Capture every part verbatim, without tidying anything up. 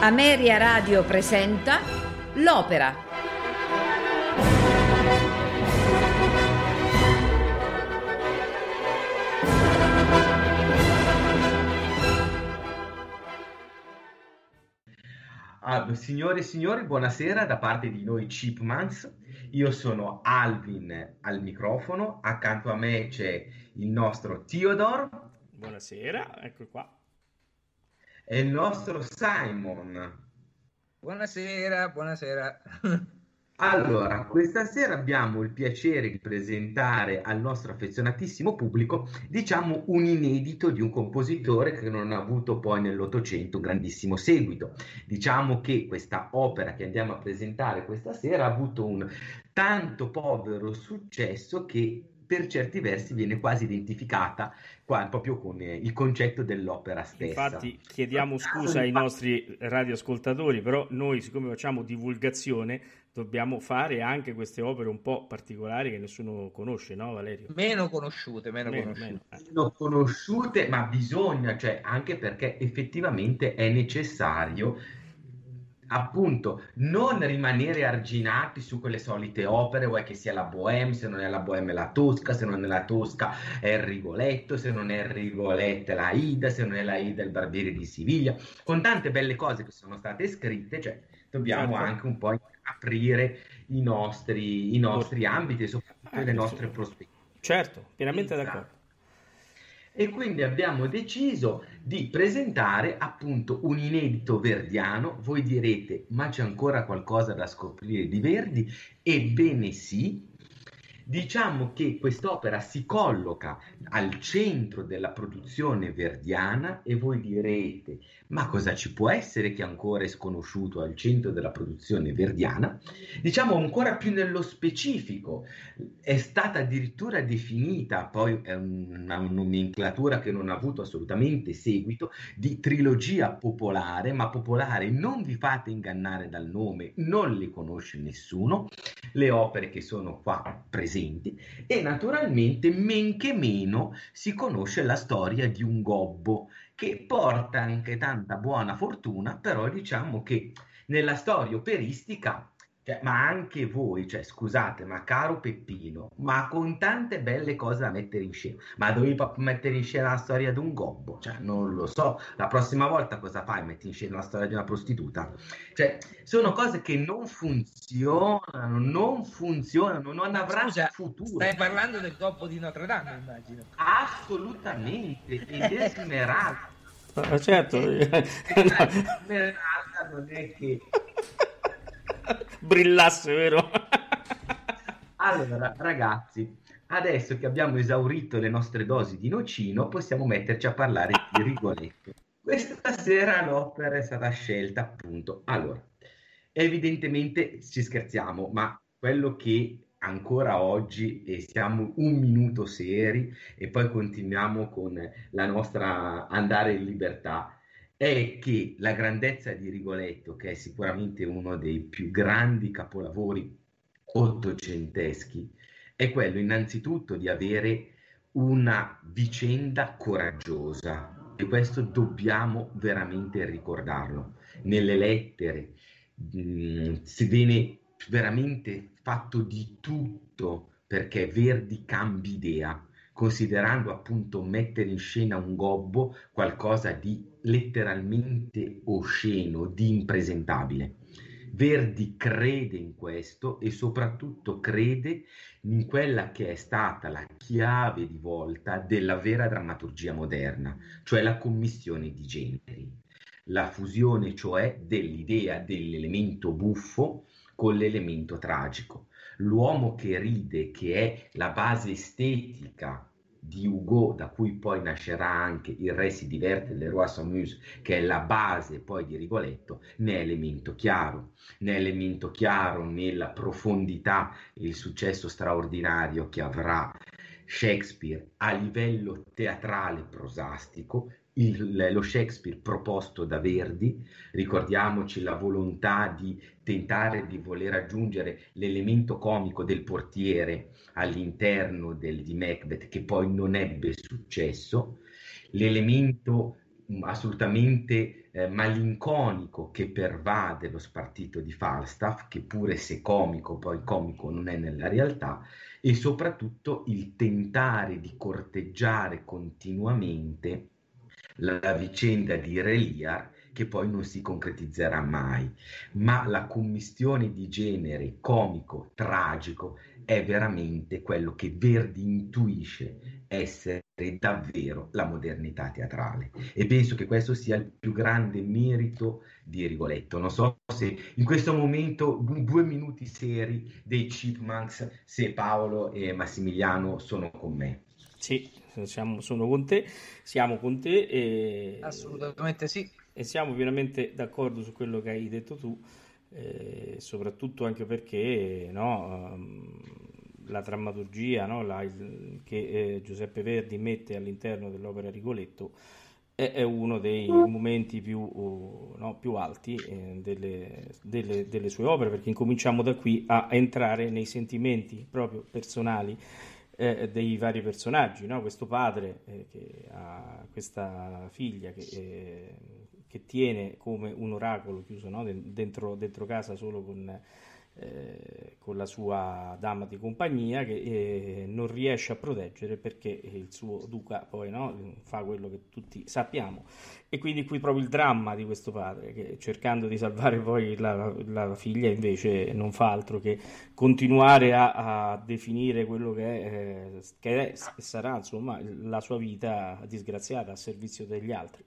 Ameria Radio presenta L'Opera. Ah, signore e signori, buonasera da parte di noi Chipmans. Io sono Alvin al microfono, accanto a me c'è il nostro Theodore. Buonasera, ecco qua. E il nostro Simon. Buonasera, buonasera. Allora, questa sera abbiamo il piacere di presentare al nostro affezionatissimo pubblico, diciamo, un inedito di un compositore che non ha avuto poi nell'Ottocento un grandissimo seguito. Diciamo che questa opera che andiamo a presentare questa sera ha avuto un tanto povero successo che per certi versi viene quasi identificata qua, proprio con eh, il concetto dell'opera stessa. Infatti chiediamo scusa ai nostri radioascoltatori, però noi, siccome facciamo divulgazione, dobbiamo fare anche queste opere un po' particolari che nessuno conosce, no Valerio? Meno conosciute, meno, meno conosciute. Meno, eh. meno conosciute, ma bisogna, cioè anche perché effettivamente è necessario appunto non rimanere arginati su quelle solite opere, vuoi che sia la Bohème, se non è la Bohème è la Tosca, se non è la Tosca è il Rigoletto, se non è il Rigoletto è la Aida, se non è la Aida il Barbiere di Siviglia, con tante belle cose che sono state scritte, cioè dobbiamo certo. anche un po' aprire i nostri, i nostri ambiti e soprattutto ah, le nostre sì. prospettive. Certo, pienamente esatto. d'accordo. E quindi abbiamo deciso di presentare appunto un inedito verdiano. Voi direte, ma c'è ancora qualcosa da scoprire di Verdi? Ebbene sì, diciamo che quest'opera si colloca al centro della produzione verdiana e voi direte, ma cosa ci può essere che ancora è sconosciuto al centro della produzione verdiana? Diciamo ancora più nello specifico, è stata addirittura definita, poi è una nomenclatura che non ha avuto assolutamente seguito, di trilogia popolare, ma popolare non vi fate ingannare dal nome, non le conosce nessuno, le opere che sono qua presenti, e naturalmente men che meno si conosce la storia di un gobbo che porta anche tanta buona fortuna, però diciamo che nella storia operistica, cioè, ma anche voi, cioè scusate, ma caro Peppino, ma con tante belle cose da mettere in scena, ma dovevi proprio mettere in scena la storia di un gobbo? Cioè non lo so, la prossima volta cosa fai? Metti in scena la storia di una prostituta? Cioè sono cose che non funzionano, non funzionano, non avranno Scusa, futuro. Stai parlando del gobbo di Notre Dame, immagino. Assolutamente, ed Esmeralda. Ah, certo. Esmeralda non è che brillasse, vero? Allora, ragazzi, adesso che abbiamo esaurito le nostre dosi di nocino, possiamo metterci a parlare di Rigoletto. Questa sera l'opera è stata scelta, appunto. Allora, evidentemente ci scherziamo, ma quello che ancora oggi, e siamo un minuto seri, e poi continuiamo con la nostra andare in libertà, è che la grandezza di Rigoletto, che è sicuramente uno dei più grandi capolavori ottocenteschi, è quello innanzitutto di avere una vicenda coraggiosa, e questo dobbiamo veramente ricordarlo. Nelle lettere mh, si viene veramente fatto di tutto perché Verdi cambi idea, considerando appunto mettere in scena un gobbo qualcosa di letteralmente osceno, di impresentabile. Verdi crede in questo e soprattutto crede in quella che è stata la chiave di volta della vera drammaturgia moderna, cioè la commistione di generi, la fusione cioè dell'idea dell'elemento buffo con l'elemento tragico. L'uomo che ride, che è la base estetica di Hugo, da cui poi nascerà anche Il re si diverte, Le Roi s'amuse, che è la base poi di Rigoletto, ne è elemento chiaro, ne è elemento chiaro nella profondità e il successo straordinario che avrà Shakespeare a livello teatrale prosastico, il, lo Shakespeare proposto da Verdi. Ricordiamoci la volontà di tentare di voler aggiungere l'elemento comico del portiere all'interno del, di Macbeth, che poi non ebbe successo, l'elemento assolutamente eh, malinconico che pervade lo spartito di Falstaff, che pure se comico, poi comico non è nella realtà, e soprattutto il tentare di corteggiare continuamente la vicenda di Reliar, che poi non si concretizzerà mai, ma la commistione di genere comico, tragico, è veramente quello che Verdi intuisce essere davvero la modernità teatrale, e penso che questo sia il più grande merito di Rigoletto. Non so se in questo momento due minuti seri dei Chipmunks, se Paolo e Massimiliano sono con me. Sì, siamo, sono con te, siamo con te e, assolutamente sì, e siamo pienamente d'accordo su quello che hai detto tu, eh, soprattutto anche perché no, um, la drammaturgia no, la, il, che eh, Giuseppe Verdi mette all'interno dell'opera Rigoletto è, è uno dei momenti più, uh, no, più alti eh, delle, delle, delle sue opere, perché incominciamo da qui a entrare nei sentimenti proprio personali Eh, dei vari personaggi, no? Questo padre eh, che ha questa figlia che, eh, che tiene come un oracolo chiuso no? dentro, dentro casa solo con, eh, con la sua dama di compagnia, che eh, non riesce a proteggere perché il suo duca poi no? fa quello che tutti sappiamo, e quindi qui proprio il dramma di questo padre che, cercando di salvare poi la, la figlia, invece non fa altro che continuare a, a definire quello che è, eh, che è e sarà insomma la sua vita disgraziata a servizio degli altri.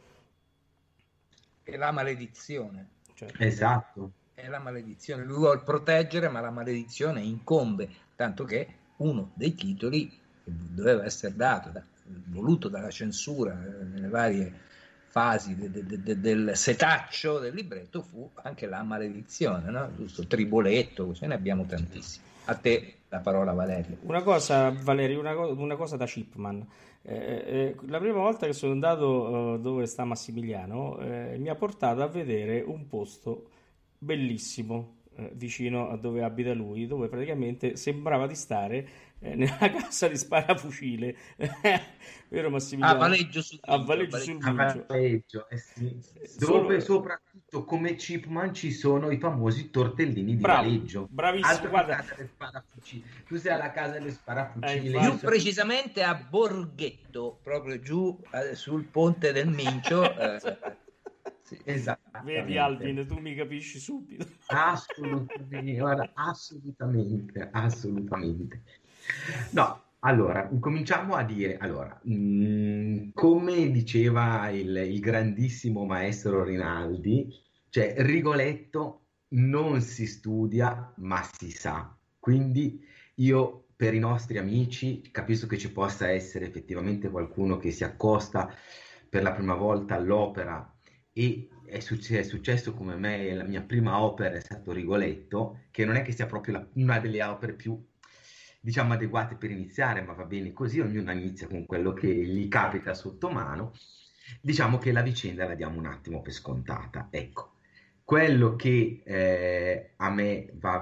È la maledizione. Certo. Esatto. È la maledizione. Lui vuole proteggere, ma la maledizione incombe, tanto che uno dei titoli che doveva essere dato, da, voluto dalla censura eh, nelle varie fasi de, de, de, del setaccio del libretto, fu anche la maledizione, no? Giusto, Triboletto, così ne abbiamo tantissimi. A te la parola, Valerio. Una cosa, Valerio, una, co- una cosa da Chipman. Eh, eh, la prima volta che sono andato eh, dove sta Massimiliano eh, mi ha portato a vedere un posto bellissimo eh, vicino a dove abita lui, dove praticamente sembrava di stare eh, nella casa di sparafucile. Vero Massimiliano? A Valeggio sul A Valeggio sul Mincio. Valeggio, eh sì. Solo... Dove soprattutto come Chipman ci sono i famosi tortellini di Bravo, Valeggio. Bravissimo, guarda. Casa delle sparafucili. Tu sei alla casa delle sparafucili. Eh, più precisamente a Borghetto, proprio giù eh, sul ponte del Mincio. Eh, sì, esatto. Vedi Alvin, tu mi capisci subito. Assolutamente, guarda, assolutamente, assolutamente. No, allora, cominciamo a dire, allora, mh, come diceva il, il grandissimo maestro Rinaldi, cioè Rigoletto non si studia, ma si sa. Quindi io, per i nostri amici, capisco che ci possa essere effettivamente qualcuno che si accosta per la prima volta all'opera e è, successo, è successo come me, la mia prima opera è stato Rigoletto, che non è che sia proprio la, una delle opere più, diciamo, adeguate per iniziare, ma va bene così, ognuno inizia con quello che gli capita sotto mano. Diciamo che la vicenda la diamo un attimo per scontata. Ecco, quello che eh, a me va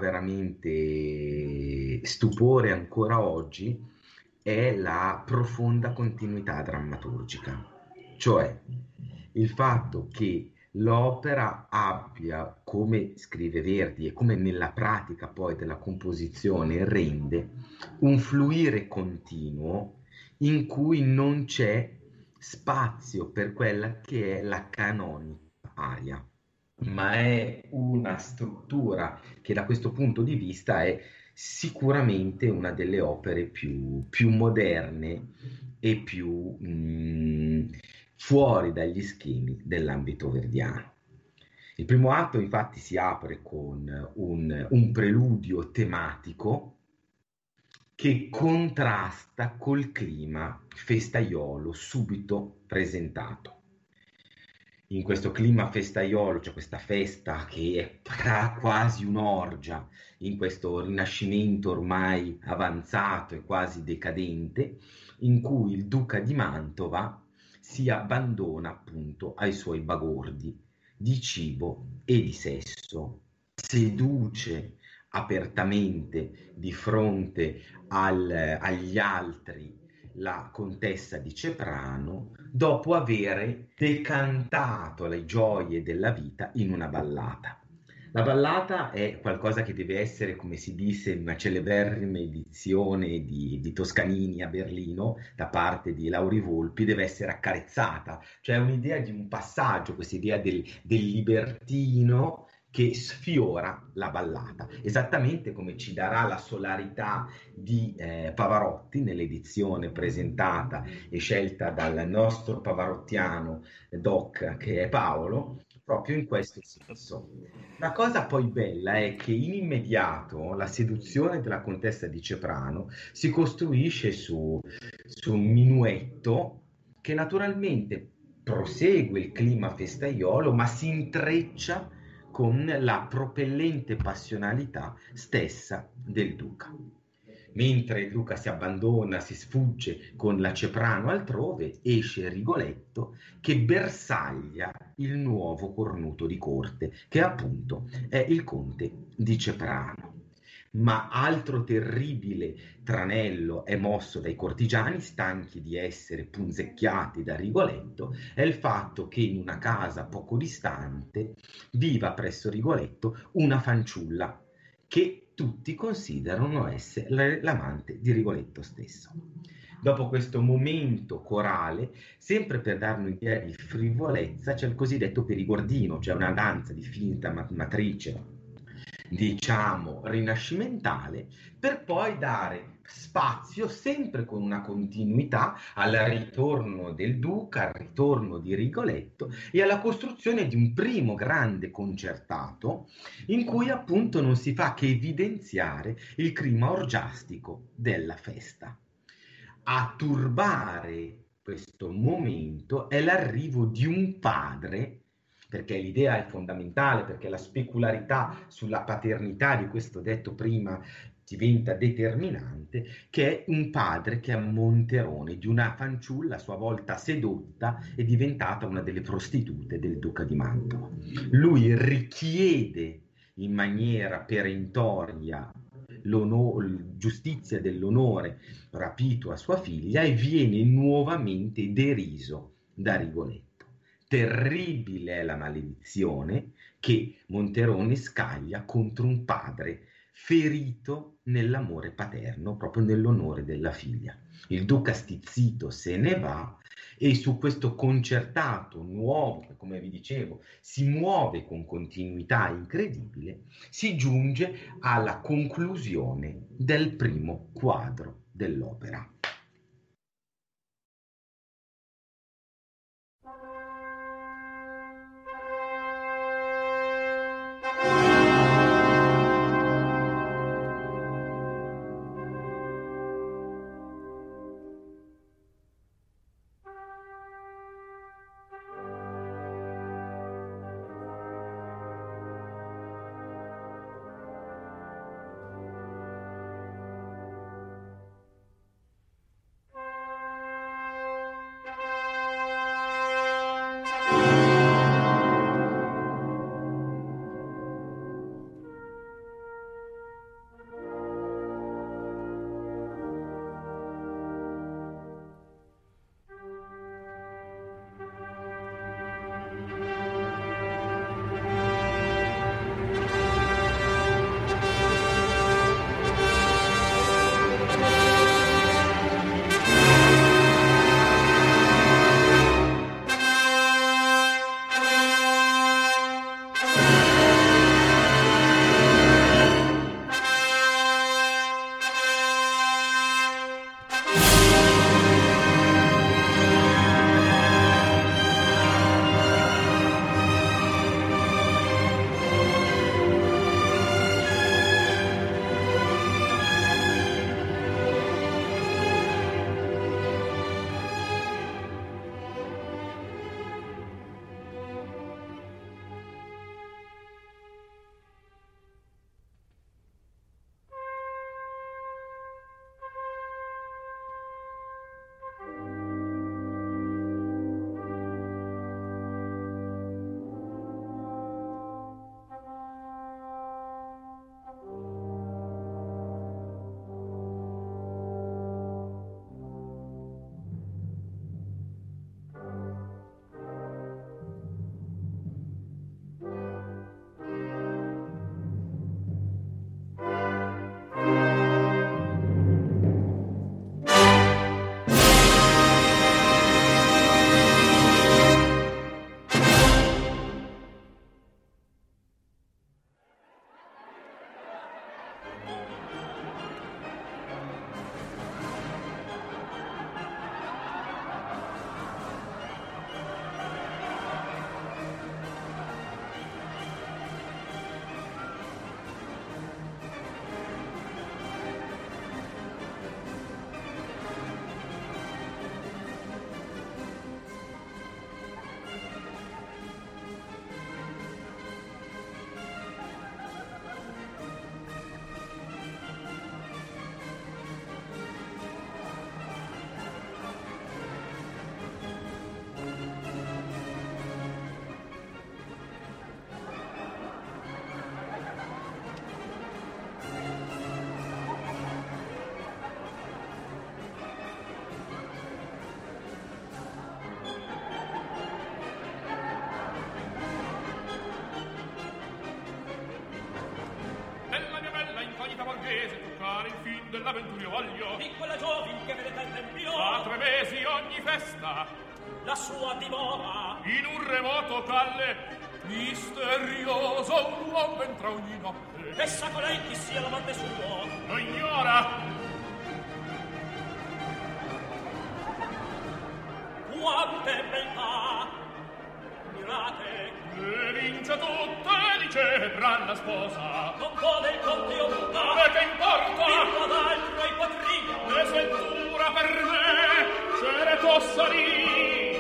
veramente stupore ancora oggi è la profonda continuità drammaturgica, cioè il fatto che l'opera abbia, come scrive Verdi e come nella pratica poi della composizione rende, un fluire continuo in cui non c'è spazio per quella che è la canonica aria, ma è una struttura che da questo punto di vista è sicuramente una delle opere più, più moderne e più mh, fuori dagli schemi dell'ambito verdiano. Il primo atto infatti si apre con un, un preludio tematico che contrasta col clima festaiolo subito presentato. In questo clima festaiolo c'è questa festa che è quasi un'orgia, in questo rinascimento ormai avanzato e quasi decadente, in cui il duca di Mantova si abbandona appunto ai suoi bagordi di cibo e di sesso, seduce apertamente di fronte al, agli altri la contessa di Ceprano dopo avere decantato le gioie della vita in una ballata. La ballata è qualcosa che deve essere, come si disse in una celeberrima edizione di, di Toscanini a Berlino da parte di Lauri Volpi, deve essere accarezzata, cioè un'idea di un passaggio, questa idea del, del libertino che sfiora la ballata, esattamente come ci darà la solarità di eh, Pavarotti nell'edizione presentata e scelta dal nostro pavarottiano doc che è Paolo, proprio in questo senso. La cosa poi bella è che in immediato la seduzione della contessa di Ceprano si costruisce su, su un minuetto che naturalmente prosegue il clima festaiolo, ma si intreccia con la propellente passionalità stessa del duca. Mentre il duca si abbandona, si sfugge con la Ceprano altrove, esce Rigoletto che bersaglia il nuovo cornuto di corte, che appunto è il conte di Ceprano. Ma altro terribile tranello è mosso dai cortigiani, stanchi di essere punzecchiati da Rigoletto, è il fatto che in una casa poco distante viva presso Rigoletto una fanciulla che tutti considerano essere l'amante di Rigoletto stesso. Dopo questo momento corale, sempre per dare un'idea di frivolezza, c'è il cosiddetto perigordino, cioè una danza di finta matrice, diciamo rinascimentale, per poi dare spazio, sempre con una continuità, al ritorno del duca, al ritorno di Rigoletto e alla costruzione di un primo grande concertato in cui appunto non si fa che evidenziare il clima orgiastico della festa. A turbare questo momento è l'arrivo di un padre, perché l'idea è fondamentale, perché la specularità sulla paternità di questo detto prima diventa determinante, che è un padre che è un monterone di una fanciulla a sua volta sedotta e diventata una delle prostitute del duca di Mantova. Lui richiede in maniera perentoria giustizia dell'onore rapito a sua figlia e viene nuovamente deriso da Rigoletto. Terribile è la maledizione che Monterone scaglia contro un padre ferito nell'amore paterno, proprio nell'onore della figlia. Il duca stizzito se ne va e su questo concertato nuovo, che come vi dicevo si muove con continuità incredibile, si giunge alla conclusione del primo quadro dell'opera. dell'avventura io voglio. Di quella giovin che vedete al tempio. Da tre mesi ogni festa. La sua dimora. In un remoto calle misterioso un uomo entra ogni notte. E sa colei chi sia l'amante suo. Lo ignora. Quante beltà. Mirate. Le vince tutte, dice la sposa. Non può del conte io muta. Ma che importa? Dirlo ad altro ai quattrini. Ne sventura per me, c'era tossaria.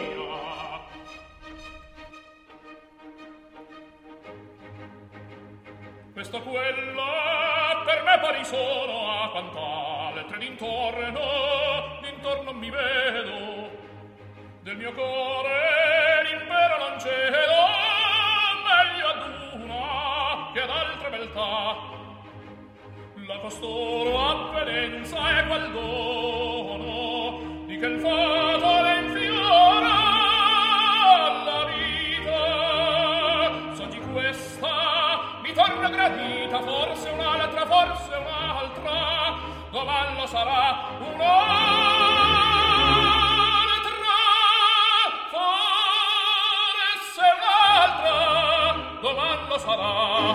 Questo quella per me pari sono a quant'altre d'intorno, d'intorno mi vedo. Del mio core l'impero non cedo, meglio ad una che ad altre beltà. La costoro appelenza e qual dono di che il fato le infiora alla vita. So di questa mi torna gradita, forse un'altra, forse un'altra, domani lo sarà un'altra. Domani lo sarà.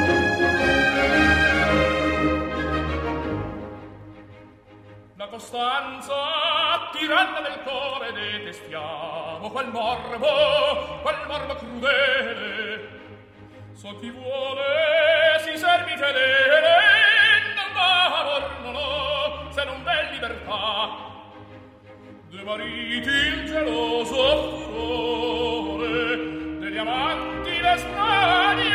La costanza tiranna del core detestiamo, quel morbo, quel morbo crudele. So chi vuole si servi fedele, non va amor, no, no, se non v'è libertà. De mariti il geloso furore, degli amanti le stranie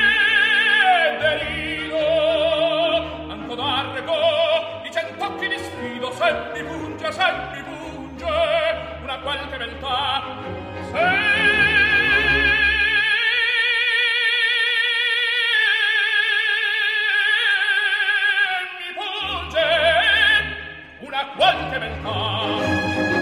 delido, anco d'argo di cent'occhi di sfido, se mi punge, se mi punge una qualche beltà, se mi punge una qualche beltà.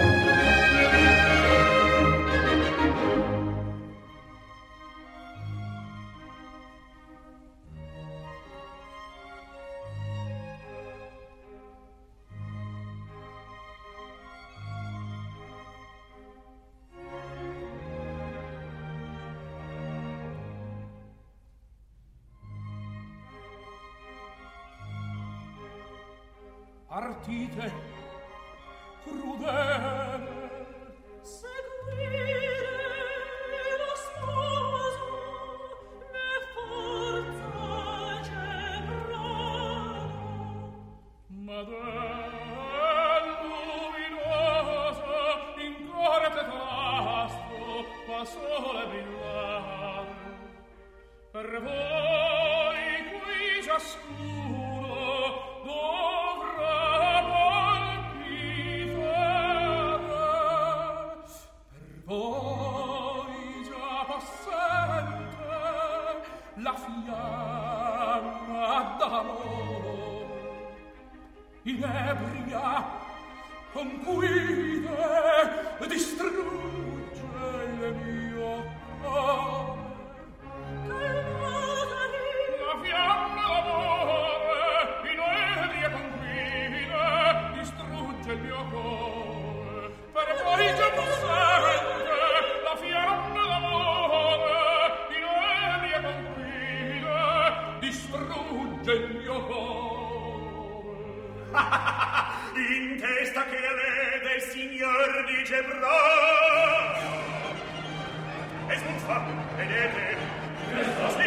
Partite crudele, seguire lo sposo, ne forza cebrano. Madel luminosa, in corte tasto, fa sole brillare. Per voi qui ciascuno dovrà voi già possente la fiamma d'amor inebria con guide distrugge il mio cuore. La fiamma d'amore inebria con guide distrugge il mio cuore. Per voi già possente la fiamma d'amore inebria con guide distrugge il mio cuore. In testa che vede il signor di Gebrò e sbuffa, vedete, così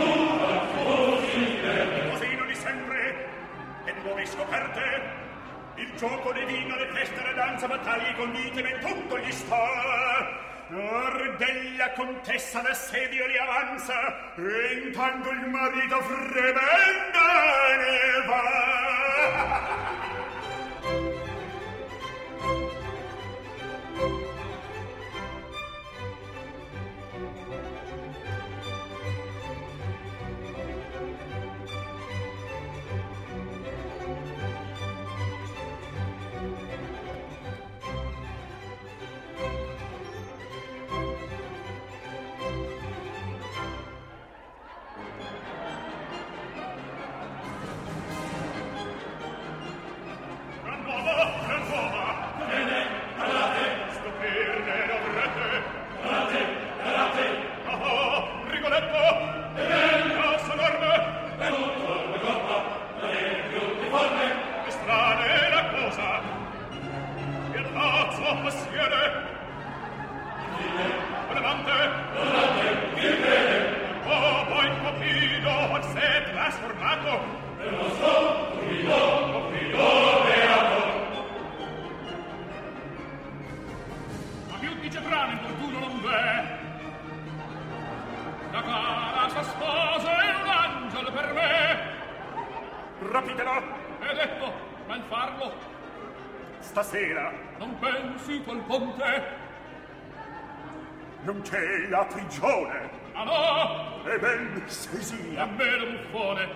così non di sempre e nuove scoperte, il gioco divino, le feste, le danze, battaglie, condite, ben tutto gli sta. Or della contessa d'assedio li avanza e intanto il marito fremendo ne va. trasformato. E lo so, figlio, figlio beato. Ma più di Ceprano importuno non v'è. La cara sua sposa è un angelo per me. Rapitelo. È detto, ma il farlo. Stasera. Non pensi tu al ponte? Non c'è la prigione. Ah no? E ben se sia. A me lo buffone.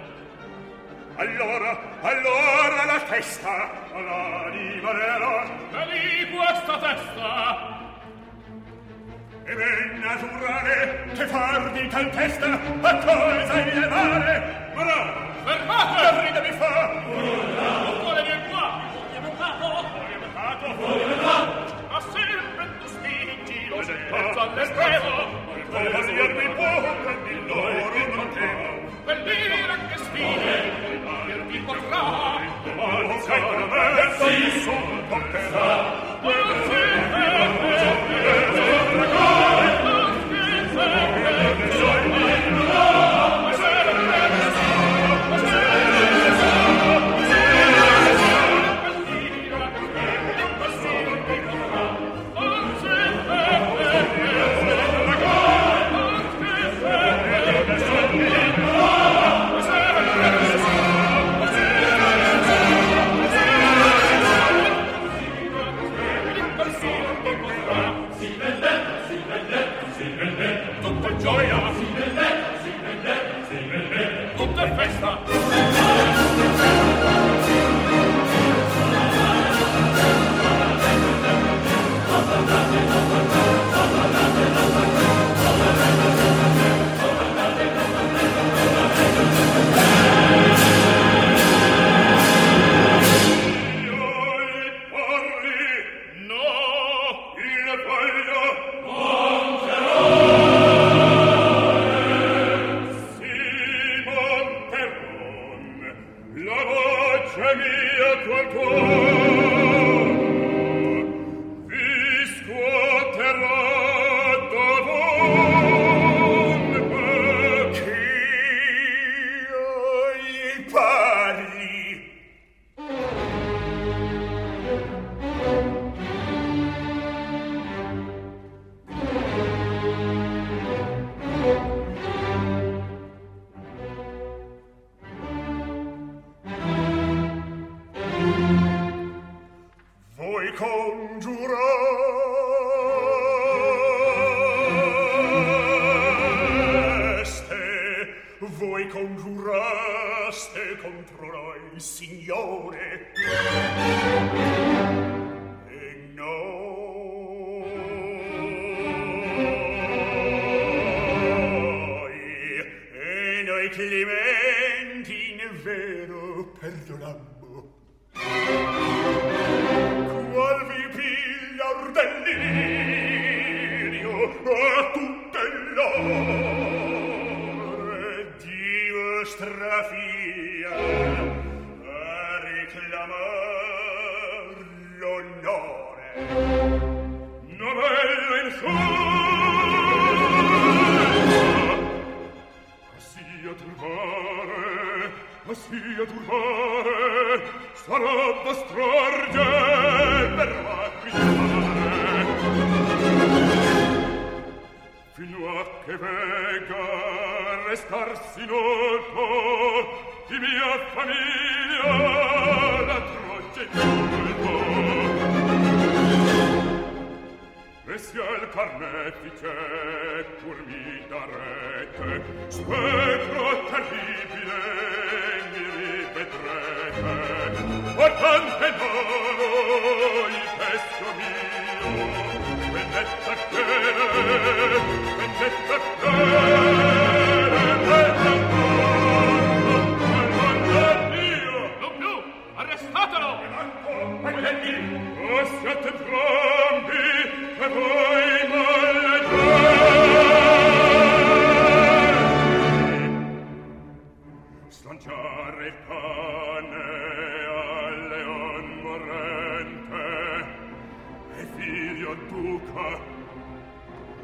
Allora, allora la testa, l'anima nera. E lì questa testa. E ben naturale che far di tal testa a cosa elevare. Bravo! Fermate! La rida mi fa! Non vuole venire qua! Fuori avvocato! Fuori avvocato! Fuori avvocato! Ha sempre tu stili in giro, mezzo all'estremo! Vogliermi può, il loro non temo. Per dire che stile, per ti potrà! Ma non sai come me, si sopporterà.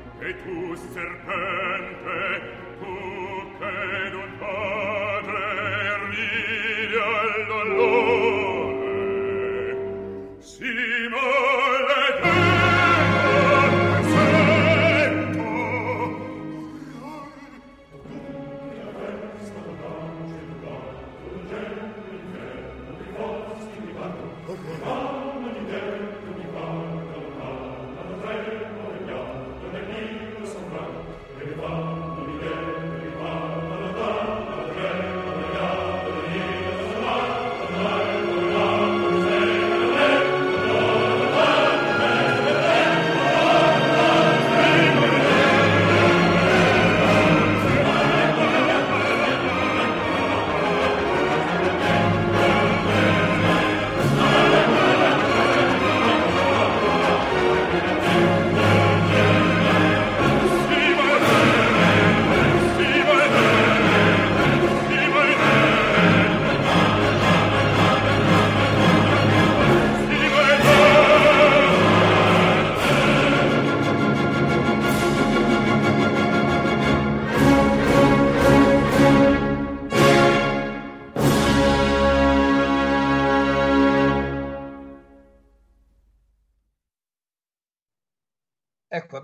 Serpente, tu che non padre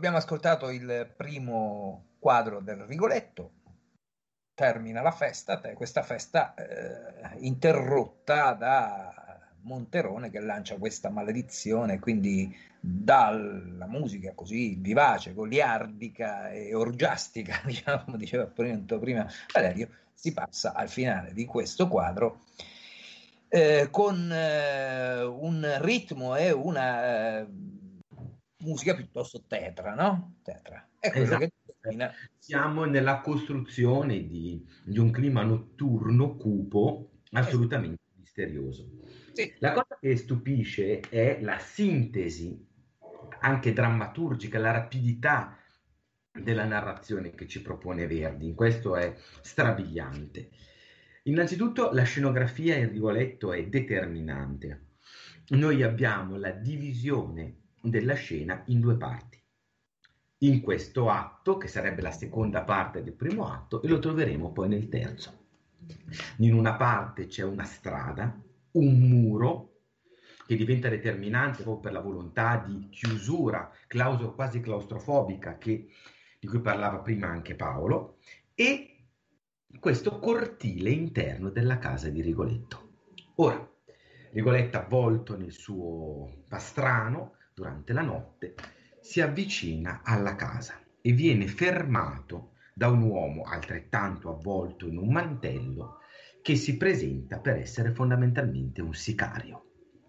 abbiamo ascoltato il primo quadro del Rigoletto, termina la festa, questa festa eh, interrotta da Monterone che lancia questa maledizione, quindi dalla musica così vivace, goliardica e orgiastica, diciamo, come diceva prima Valerio, si passa al finale di questo quadro eh, con eh, un ritmo e una eh, musica piuttosto tetra, no? Tetra. È quello Esatto. che termina. Siamo nella costruzione di, di un clima notturno, cupo, assolutamente esatto. misterioso. Sì. La cosa che stupisce è la sintesi, anche drammaturgica, la rapidità della narrazione che ci propone Verdi. In questo è strabiliante. Innanzitutto la scenografia in Rigoletto è determinante. Noi abbiamo la divisione della scena in due parti. In questo atto, che sarebbe la seconda parte del primo atto, e lo troveremo poi nel terzo. In una parte c'è una strada, un muro, che diventa determinante proprio per la volontà di chiusura, clausura quasi claustrofobica, che, di cui parlava prima anche Paolo, e questo cortile interno della casa di Rigoletto. Ora, Rigoletto, avvolto nel suo pastrano durante la notte, si avvicina alla casa e viene fermato da un uomo altrettanto avvolto in un mantello che si presenta per essere fondamentalmente un sicario.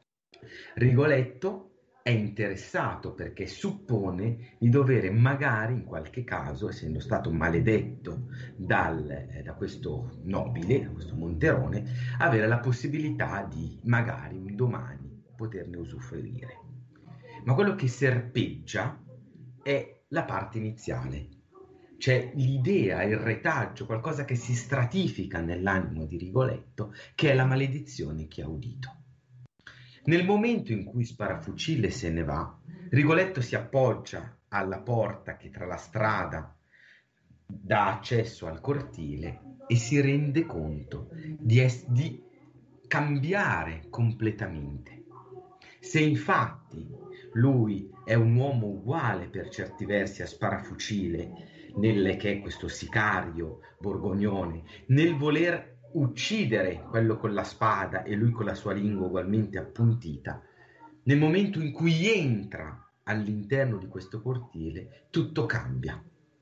Rigoletto è interessato perché suppone di dovere magari in qualche caso, essendo stato maledetto dal, eh, da questo nobile, da questo Monterone, avere la possibilità di magari un domani poterne usufruire. Ma quello che serpeggia è la parte iniziale. C'è l'idea, il retaggio, qualcosa che si stratifica nell'animo di Rigoletto, che è la maledizione che ha udito. Nel momento in cui Sparafucile se ne va, Rigoletto si appoggia alla porta che tra la strada dà accesso al cortile e si rende conto di, es- di cambiare completamente. Se infatti lui è un uomo uguale per certi versi a Sparafucile, nel, che è questo sicario borgognone, nel voler uccidere quello con la spada e lui con la sua lingua ugualmente appuntita, nel momento in cui entra all'interno di questo cortile, tutto cambia.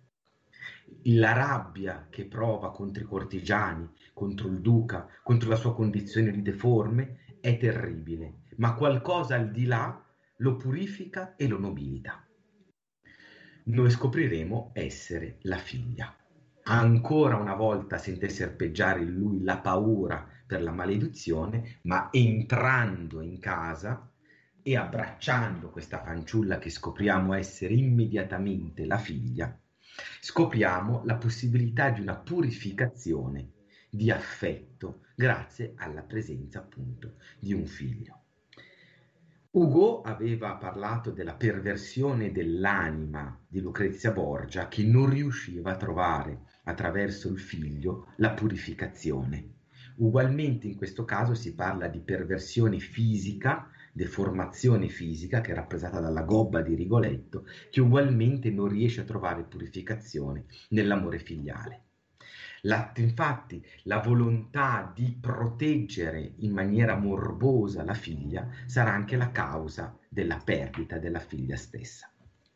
La rabbia che prova contro i cortigiani, contro il duca, contro la sua condizione di deforme, è terribile, ma qualcosa al di là lo purifica e lo nobilita. Noi scopriremo essere la figlia. Ancora una volta sente serpeggiare in lui la paura per la maledizione, ma entrando in casa e abbracciando questa fanciulla che scopriamo essere immediatamente la figlia, scopriamo la possibilità di una purificazione di affetto grazie alla presenza appunto di un figlio. Ugo aveva parlato della perversione dell'anima di Lucrezia Borgia che non riusciva a trovare attraverso il figlio la purificazione. Ugualmente in questo caso si parla di perversione fisica, deformazione fisica che è rappresentata dalla gobba di Rigoletto, che ugualmente non riesce a trovare purificazione nell'amore filiale. La, infatti la volontà di proteggere in maniera morbosa la figlia sarà anche la causa della perdita della figlia stessa.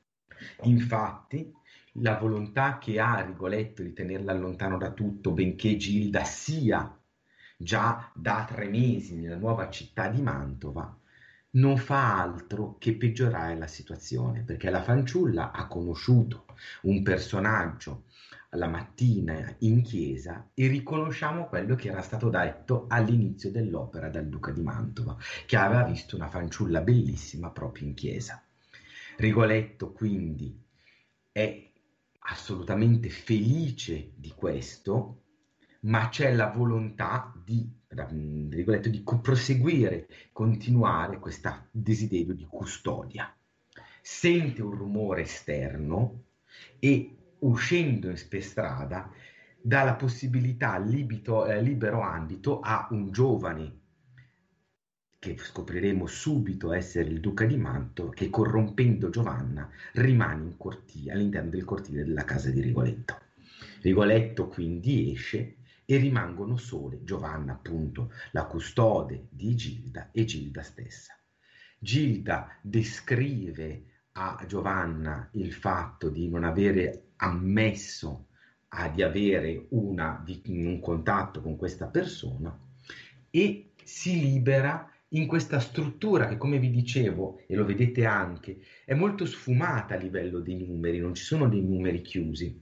Infatti la volontà che ha Rigoletto di tenerla lontano da tutto, benché Gilda sia già da tre mesi nella nuova città di Mantova, non fa altro che peggiorare la situazione, perché la fanciulla ha conosciuto un personaggio la mattina in chiesa e riconosciamo quello che era stato detto all'inizio dell'opera dal duca di Mantova, che aveva visto una fanciulla bellissima proprio in chiesa. Rigoletto quindi è assolutamente felice di questo, ma c'è la volontà di, Rigoletto, di proseguire, continuare questo desiderio di custodia. Sente un rumore esterno e uscendo in strada dà la possibilità libito, eh, libero ambito a un giovane che scopriremo subito essere il duca di Mantova, che corrompendo Giovanna rimane in cortile, all'interno del cortile della casa di Rigoletto. Rigoletto quindi esce e rimangono sole Giovanna, appunto, la custode di Gilda, e Gilda stessa. Gilda descrive a Giovanna il fatto di non avere ammesso a, di avere una, di, un contatto con questa persona, e si libera in questa struttura che, come vi dicevo, e lo vedete anche, è molto sfumata a livello dei numeri, non ci sono dei numeri chiusi.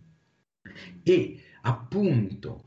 E appunto,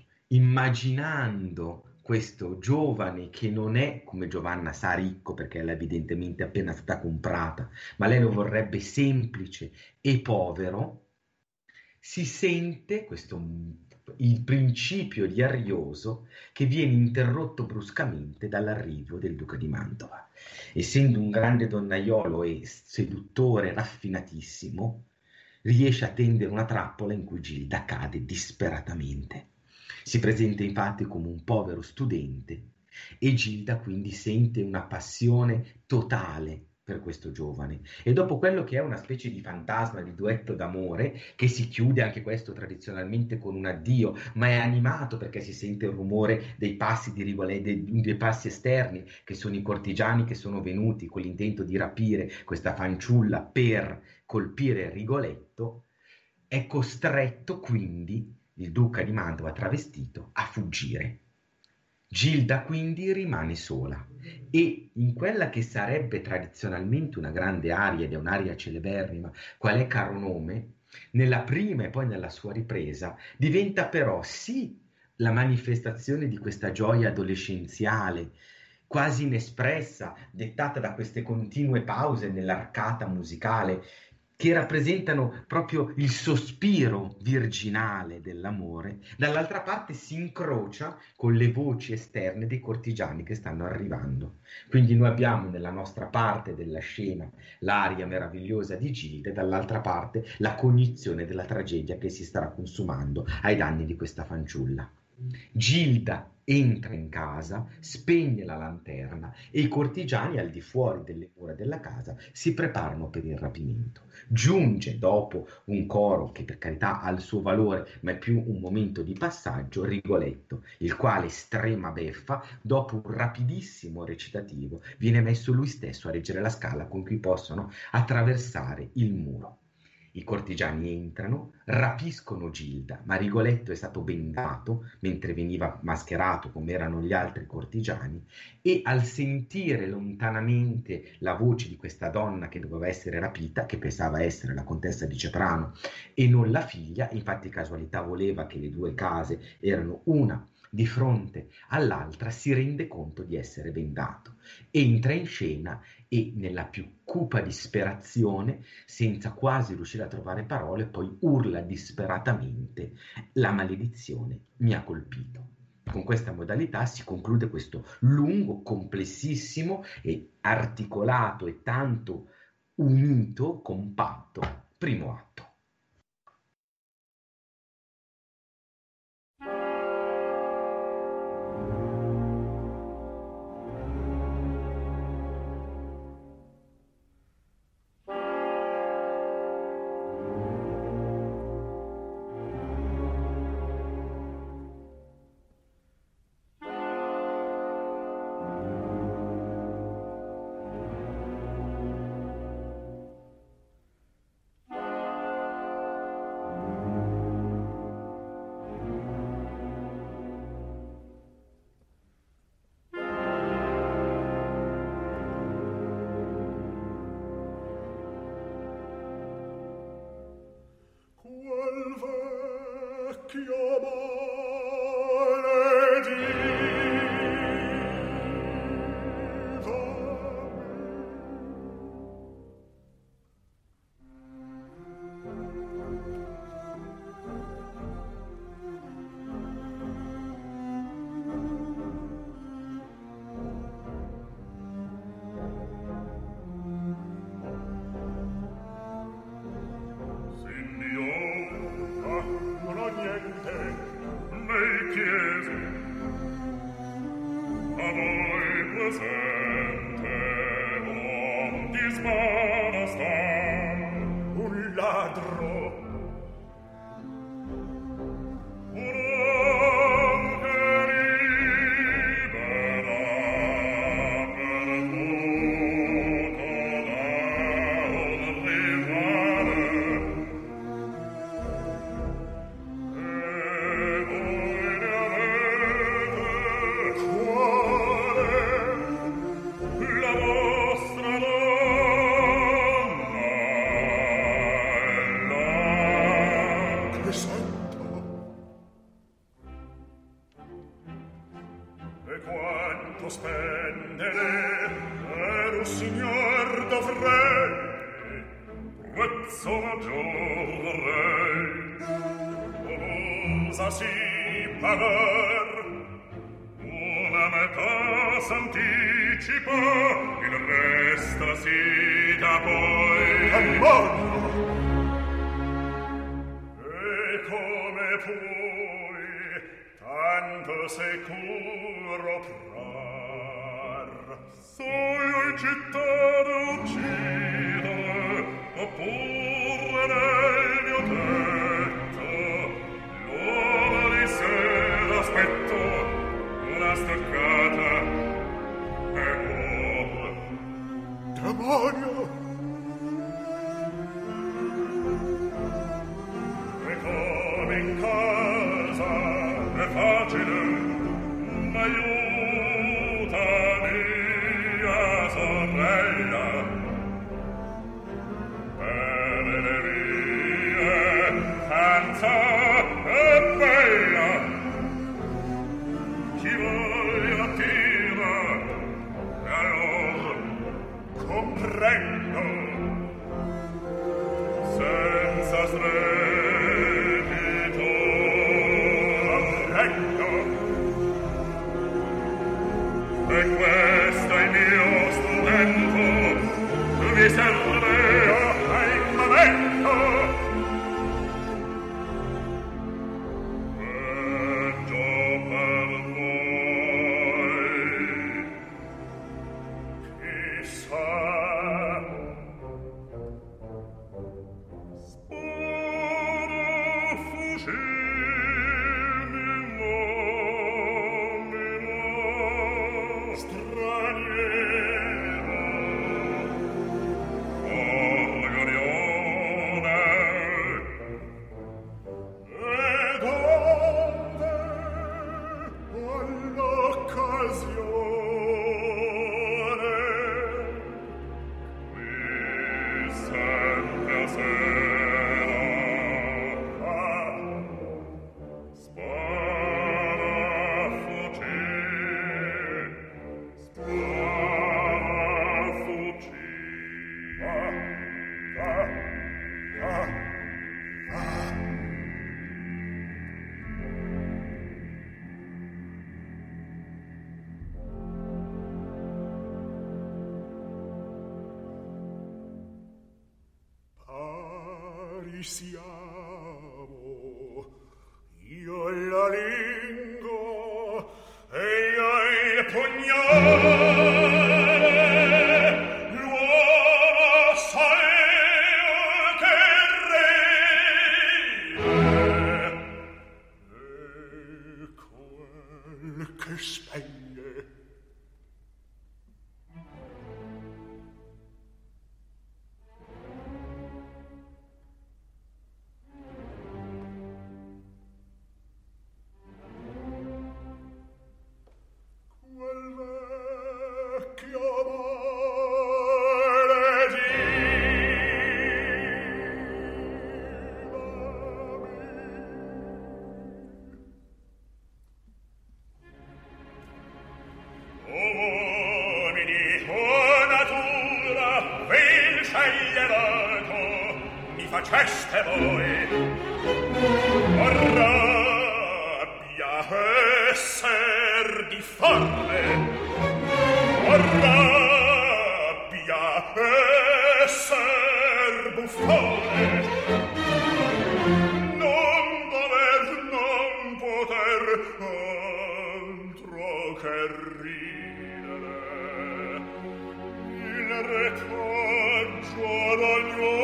immaginando questo giovane che non è, come Giovanna sa, ricco, perché è evidentemente appena stata comprata, ma lei lo vorrebbe semplice e povero, si sente questo il principio di Arioso che viene interrotto bruscamente dall'arrivo del duca di Mantova. Essendo un grande donnaiolo e seduttore raffinatissimo, riesce a tendere una trappola in cui Gilda cade disperatamente. Si presenta infatti come un povero studente e Gilda quindi sente una passione totale per questo giovane, e dopo quello che è una specie di fantasma, di duetto d'amore, che si chiude anche questo tradizionalmente con un addio, ma è animato perché si sente il rumore dei passi di Rigoletto, dei, dei passi esterni, che sono i cortigiani che sono venuti con l'intento di rapire questa fanciulla per colpire Rigoletto. È costretto quindi il duca di Mantova travestito a fuggire. Gilda quindi rimane sola, e in quella che sarebbe tradizionalmente una grande aria, ed è un'aria celeberrima, qual è Caro Nome, nella prima e poi nella sua ripresa diventa però sì la manifestazione di questa gioia adolescenziale, quasi inespressa, dettata da queste continue pause nell'arcata musicale, che rappresentano proprio il sospiro virginale dell'amore. Dall'altra parte si incrocia con le voci esterne dei cortigiani che stanno arrivando. Quindi noi abbiamo nella nostra parte della scena l'aria meravigliosa di Gilda, e dall'altra parte la cognizione della tragedia che si starà consumando ai danni di questa fanciulla. Gilda entra in casa, spegne la lanterna e i cortigiani al di fuori delle mura della casa si preparano per il rapimento. Giunge, dopo un coro che per carità ha il suo valore, ma è più un momento di passaggio, Rigoletto, il quale, estrema beffa, dopo un rapidissimo recitativo, viene messo lui stesso a reggere la scala con cui possono attraversare il muro. I cortigiani entrano, rapiscono Gilda, ma Rigoletto è stato bendato mentre veniva mascherato come erano gli altri cortigiani, e al sentire lontanamente la voce di questa donna che doveva essere rapita, che pensava essere la contessa di Ceprano e non la figlia, infatti casualità voleva che le due case erano una di fronte all'altra, si rende conto di essere bendato, entra in scena e nella più cupa disperazione, senza quasi riuscire a trovare parole, poi urla disperatamente: la maledizione mi ha colpito. Con questa modalità si conclude questo lungo, complessissimo e articolato e tanto unito, compatto primo atto. A voi presente e quanto spendere per un signor dovrei, prezzo maggior vorrei, cosa si pagar, una metà s'anticipa, il resto si dà poi. Ammoglio! E come puoi tanto sicuro prar, solo città uccidere, oppure nel mio tetto l'uomo di sé l'aspetto, una stoccata e vuol. Demonio! E come in casa è facile, m'aiuta mia sorella, per le vie canza e bella, chi voglia tira, e allora comprendo, senza strepito apprendo, e questo è il mio strumento, mi serve al momento. Siamo io la lingua e io il pugnale, l'uomo sai che ride e quel che spegne. Faceste voi rabbia esser difforme, rabbia esser buffone, non dover, non poter altro che ridere, il retaggio d'ognuno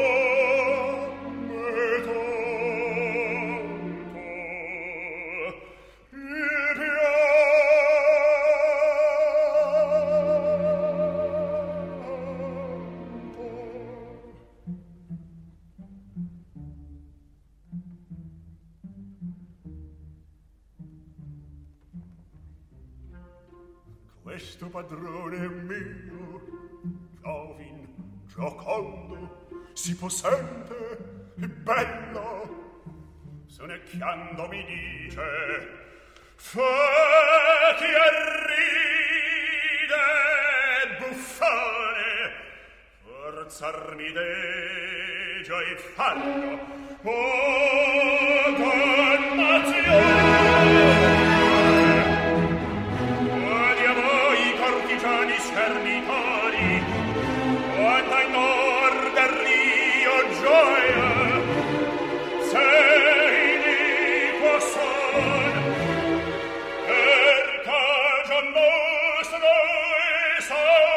questo padrone mio, giovin, giocondo, si possente e bello, sonecchiando mi dice: fa chi arriva ride, buffone, forzar mi degio e fallo, oh, dannazione! Odi a voi, cortigiani schernitori, quanta in nord del Rio gioia, sei iniquo son, per cagion nostro e solo.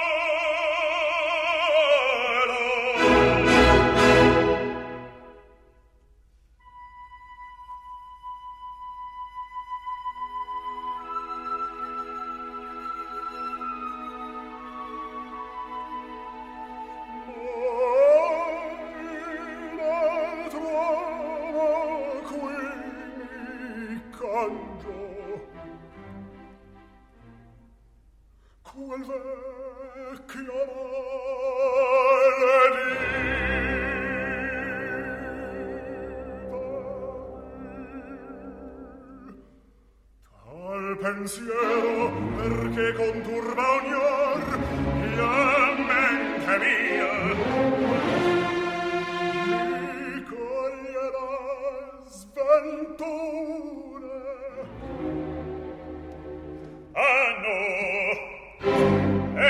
Quel vecchio maledito, tal pensiero perché conturba ognor la mente mia, mi coglierà sventura. Ah no, e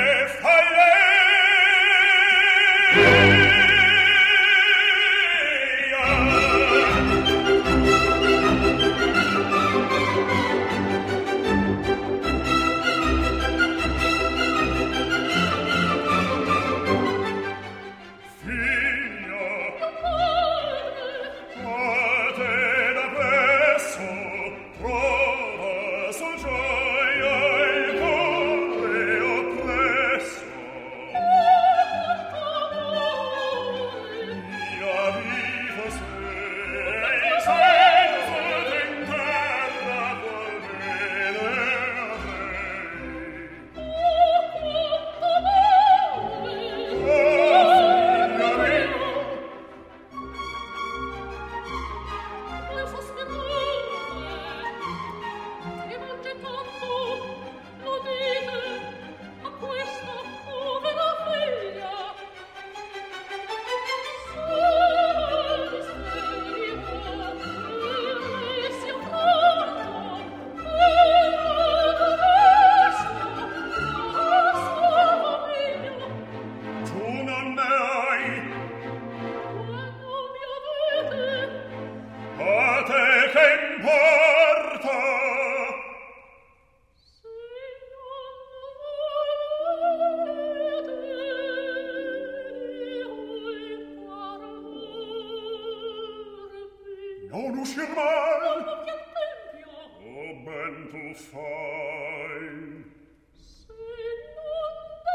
non uscir mai. Non più tempio. Oh, ben tu fai. Se non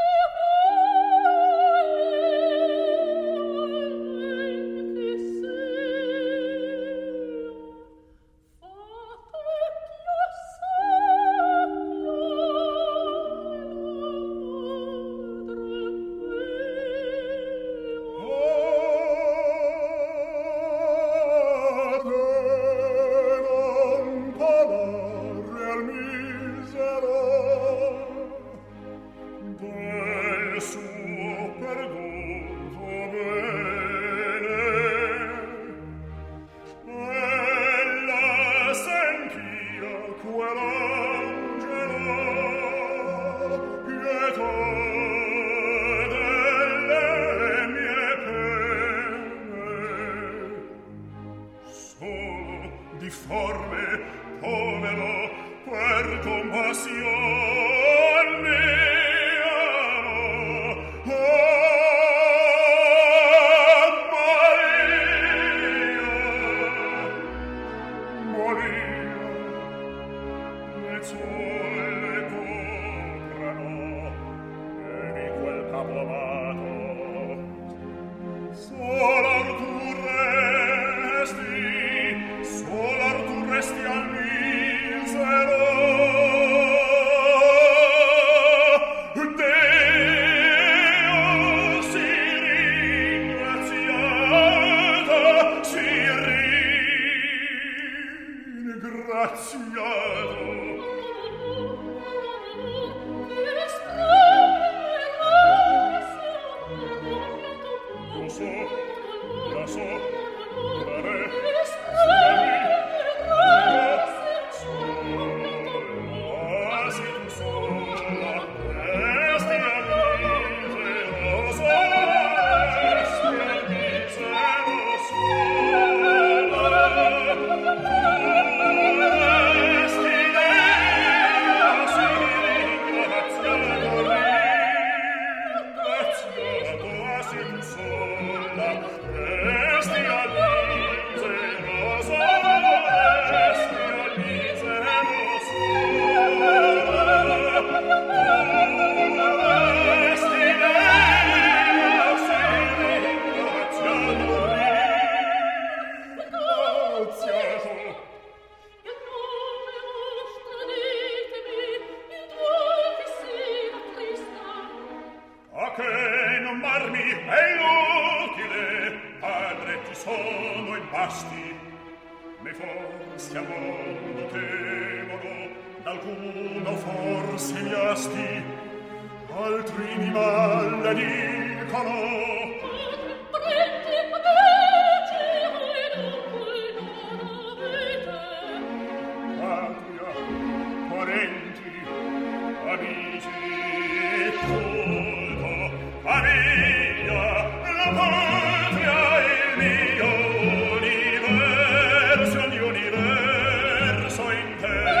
devoi che sia, fate più ringraziato. che non marmi è inutile, padre ti sono i basti, me forse a modo temono, d'alcuno forse mi asti, altri mi maledicono. Prendi pace e dunque non avete Patria, parenti, amici, culto, famiglia, la patria è il mio universo, il mio universo intero.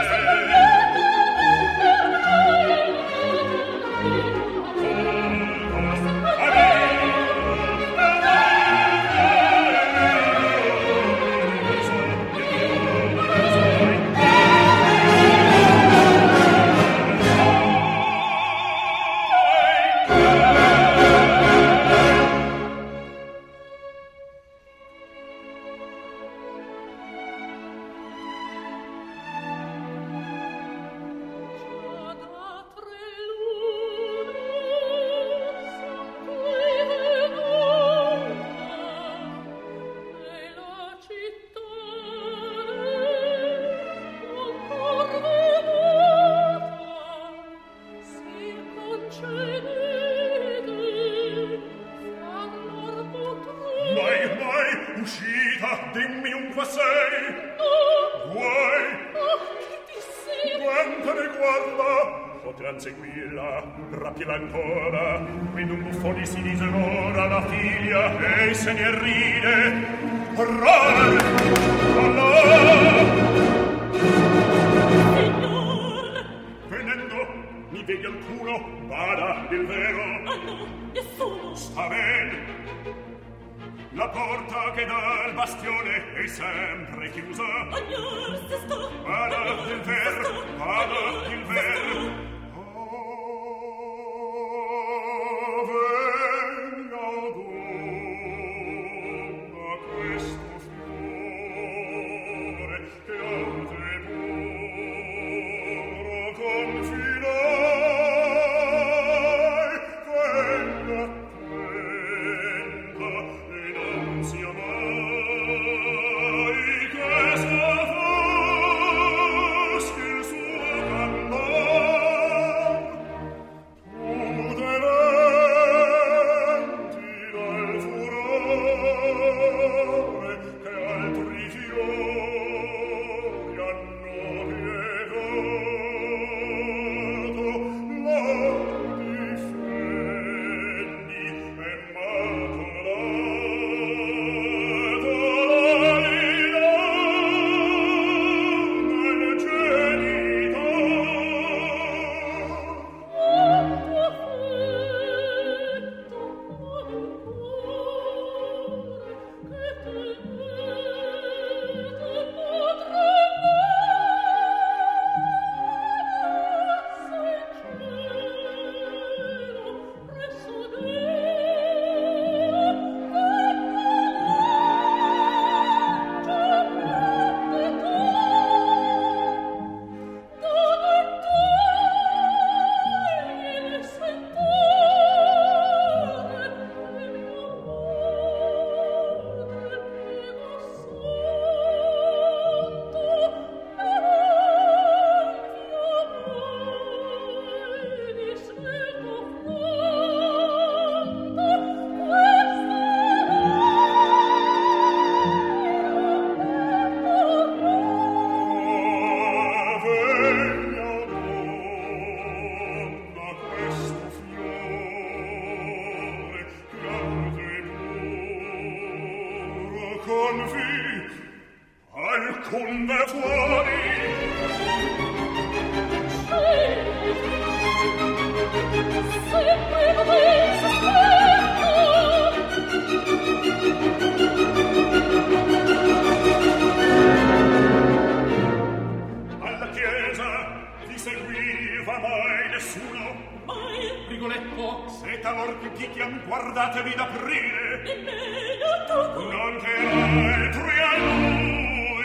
Guardatevi d'aprire, nemmeno tu, non che altri a lui.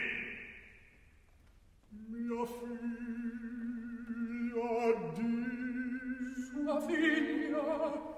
Mia figlia, di sua figlia,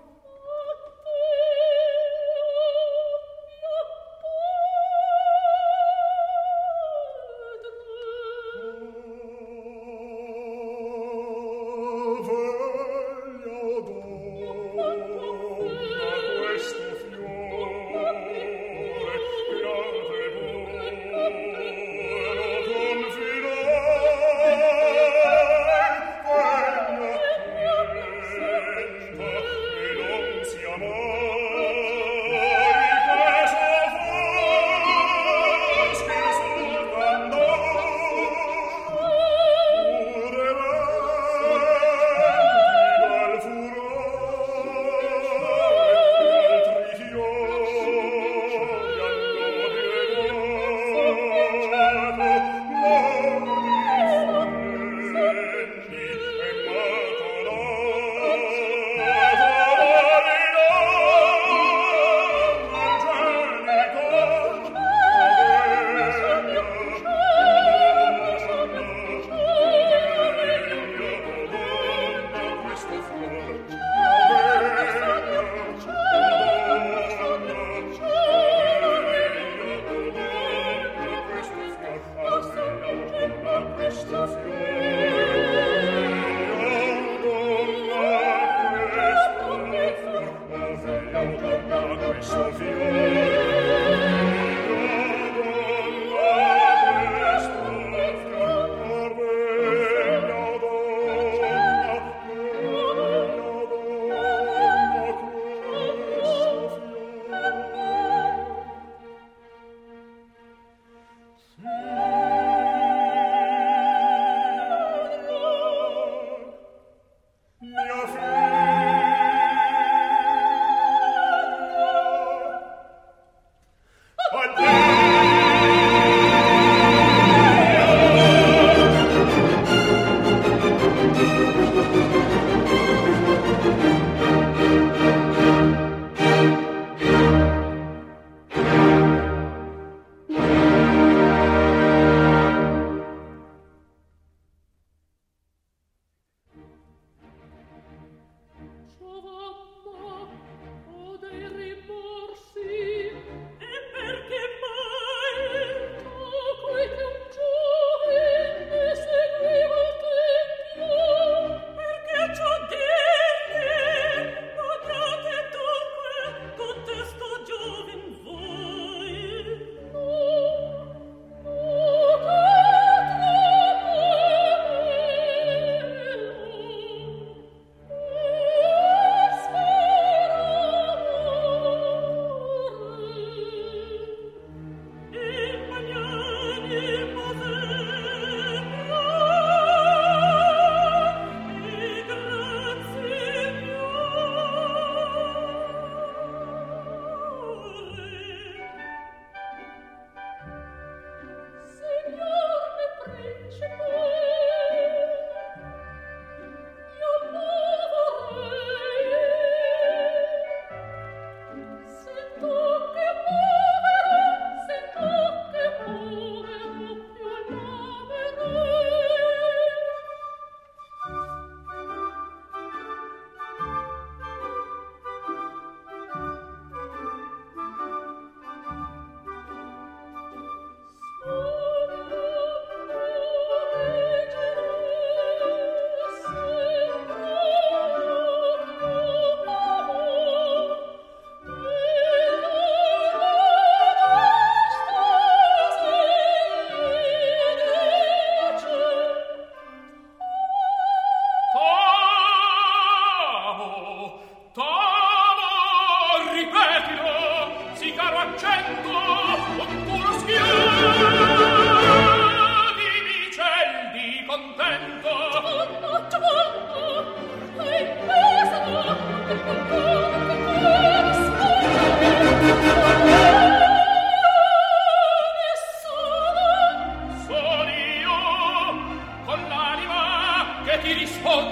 che ti rispondo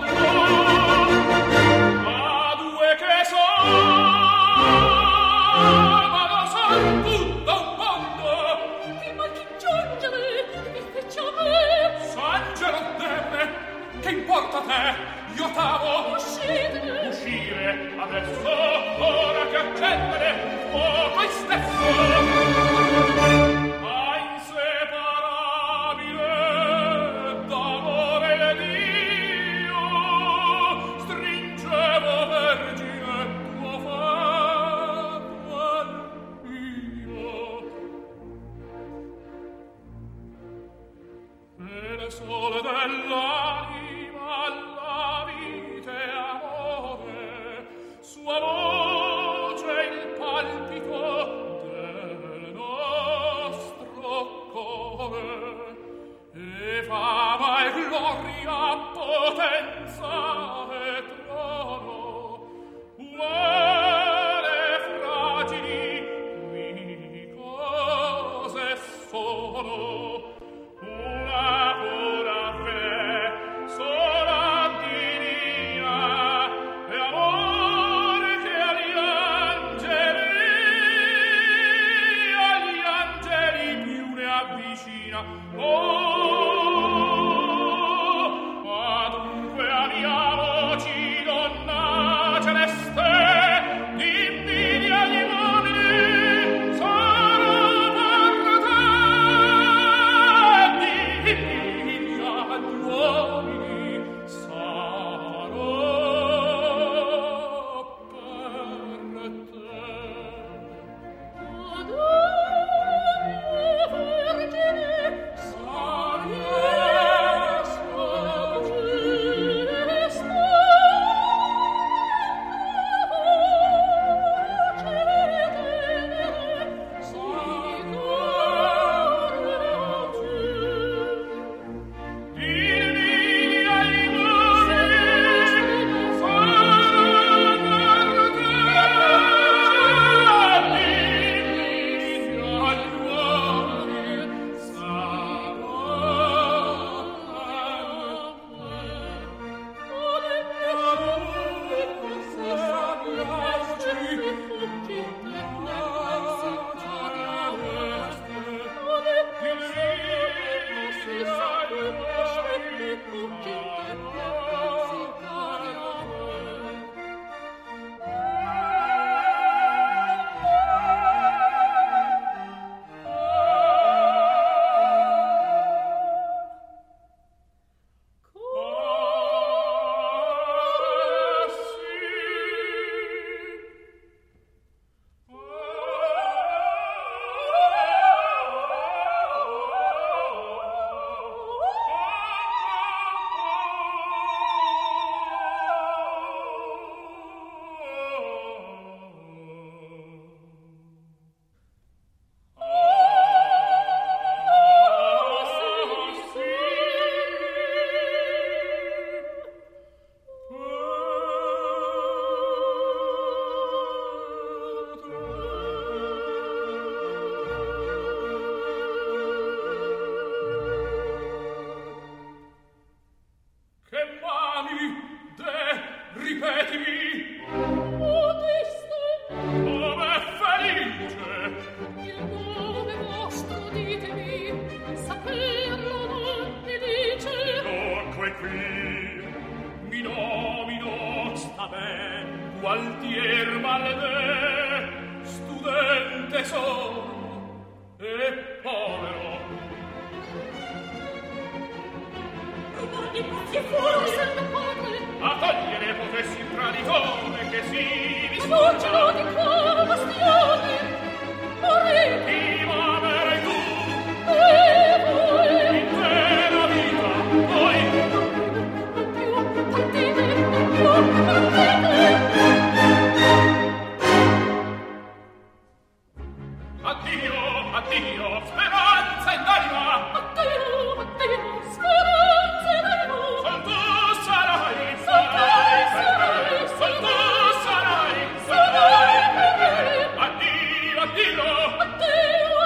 a due che sono ma lo son tutto un mondo. Ti manchi giungere, mi fece a me. S'angelo demme, che importa a te? Io t'amo. Uscite. Uscire adesso, ora che accendere fuoco stesso. Ma inseparabile d'amore Dio, stringevo vergine tuo fatto al mio. E le sole dell'anima alla vita e amore, sua voce il palpito del nostro cuore, e fama e gloria, potenza e trono, umane fragili qui cose sono. Una pura fe, sola divina, e amore che agli angeli, agli angeli più ne avvicina. Oh, ma dunque amiamoci, donna celeste, dimmi agli uomini, sono per te. Dimmi agli uomini, sarò per te. Gualtier Maldè, studente sono e povero. Guardi, pazzi fuori, santo padre! A togliere potessi il traditore che si disvolge lo di qua, bastione! Morire! Prima amerai tu! E voi! L'intera vita, voi! Non più partite, non più partite! Addio, addio, speranza e d'anima! Addio, addio, speranza e d'anima! Son tu sarai, sarai, sarai, son tu sarai, sarai per me! Addio, addio! Addio,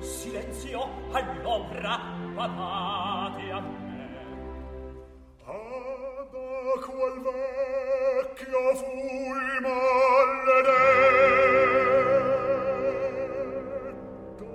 silenzio all'opera, badate a me. Ad qual vecchio fui maledetto.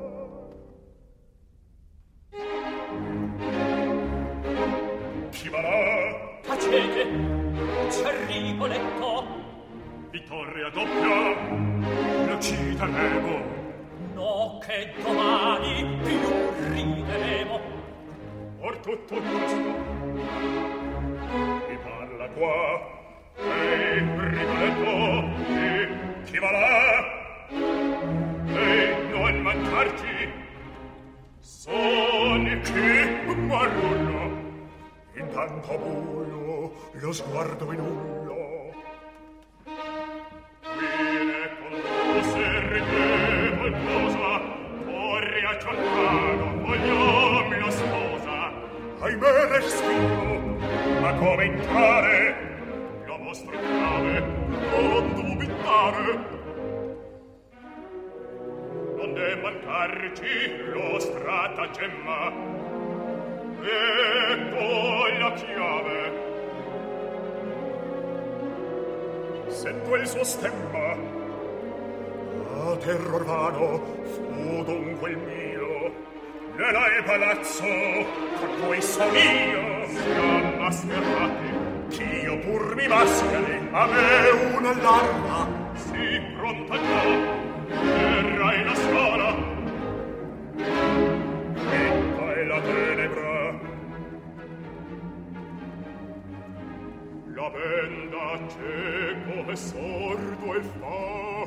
Chi va là? Tacete, c'è Rigoletto. Vittoria doppia, lo uccideremo. No, che domani più rideremo. Or tutto questo mi parla qua. Ehi, Rigoletto, e chi va là? Ehi, non mancarci. Sogni chi marullo. Intanto buio lo sguardo in ullo. Viene con tu serve qualcosa. Corri a Giordano, vogliami la sposa. Ahimè respiro, ma come entrare? La vostra chiave non dubitare. Non ne mancarci lo stratagemma. Ecco la chiave. Sento il suo stemma. A terror vano fu dunque il mio. Nell'ai palazzo con cui son io. Siam mascherati, ch'io pur mi mascheri. A me una larva. Si pronta già, terrai la sola. Etta è la tenebra. La benda cieco e sordo il fa.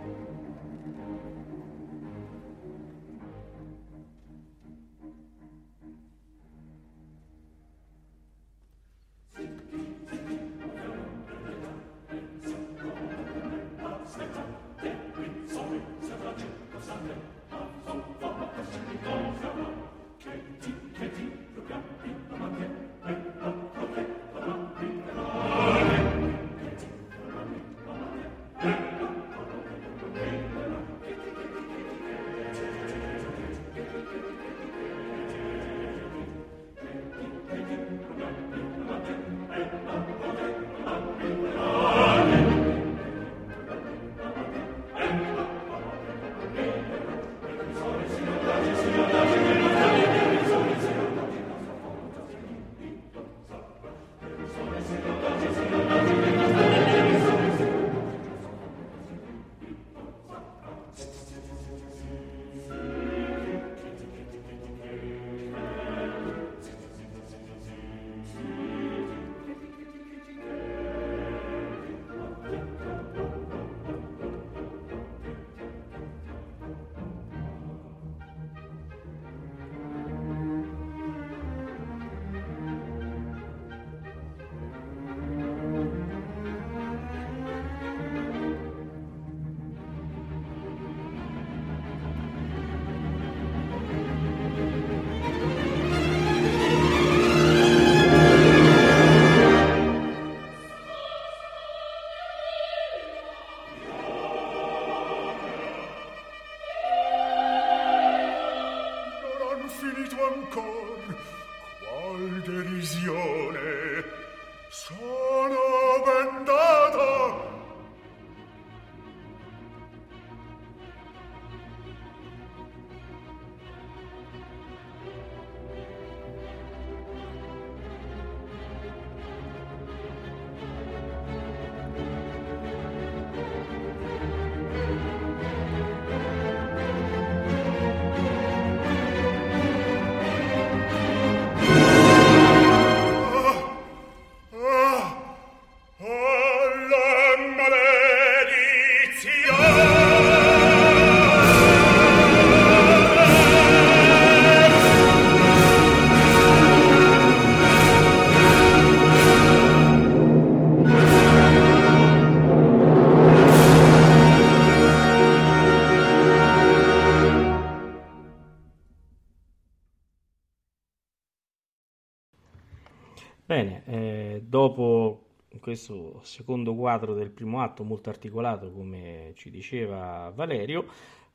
Bene, eh, dopo questo secondo quadro del primo atto molto articolato, come ci diceva Valerio,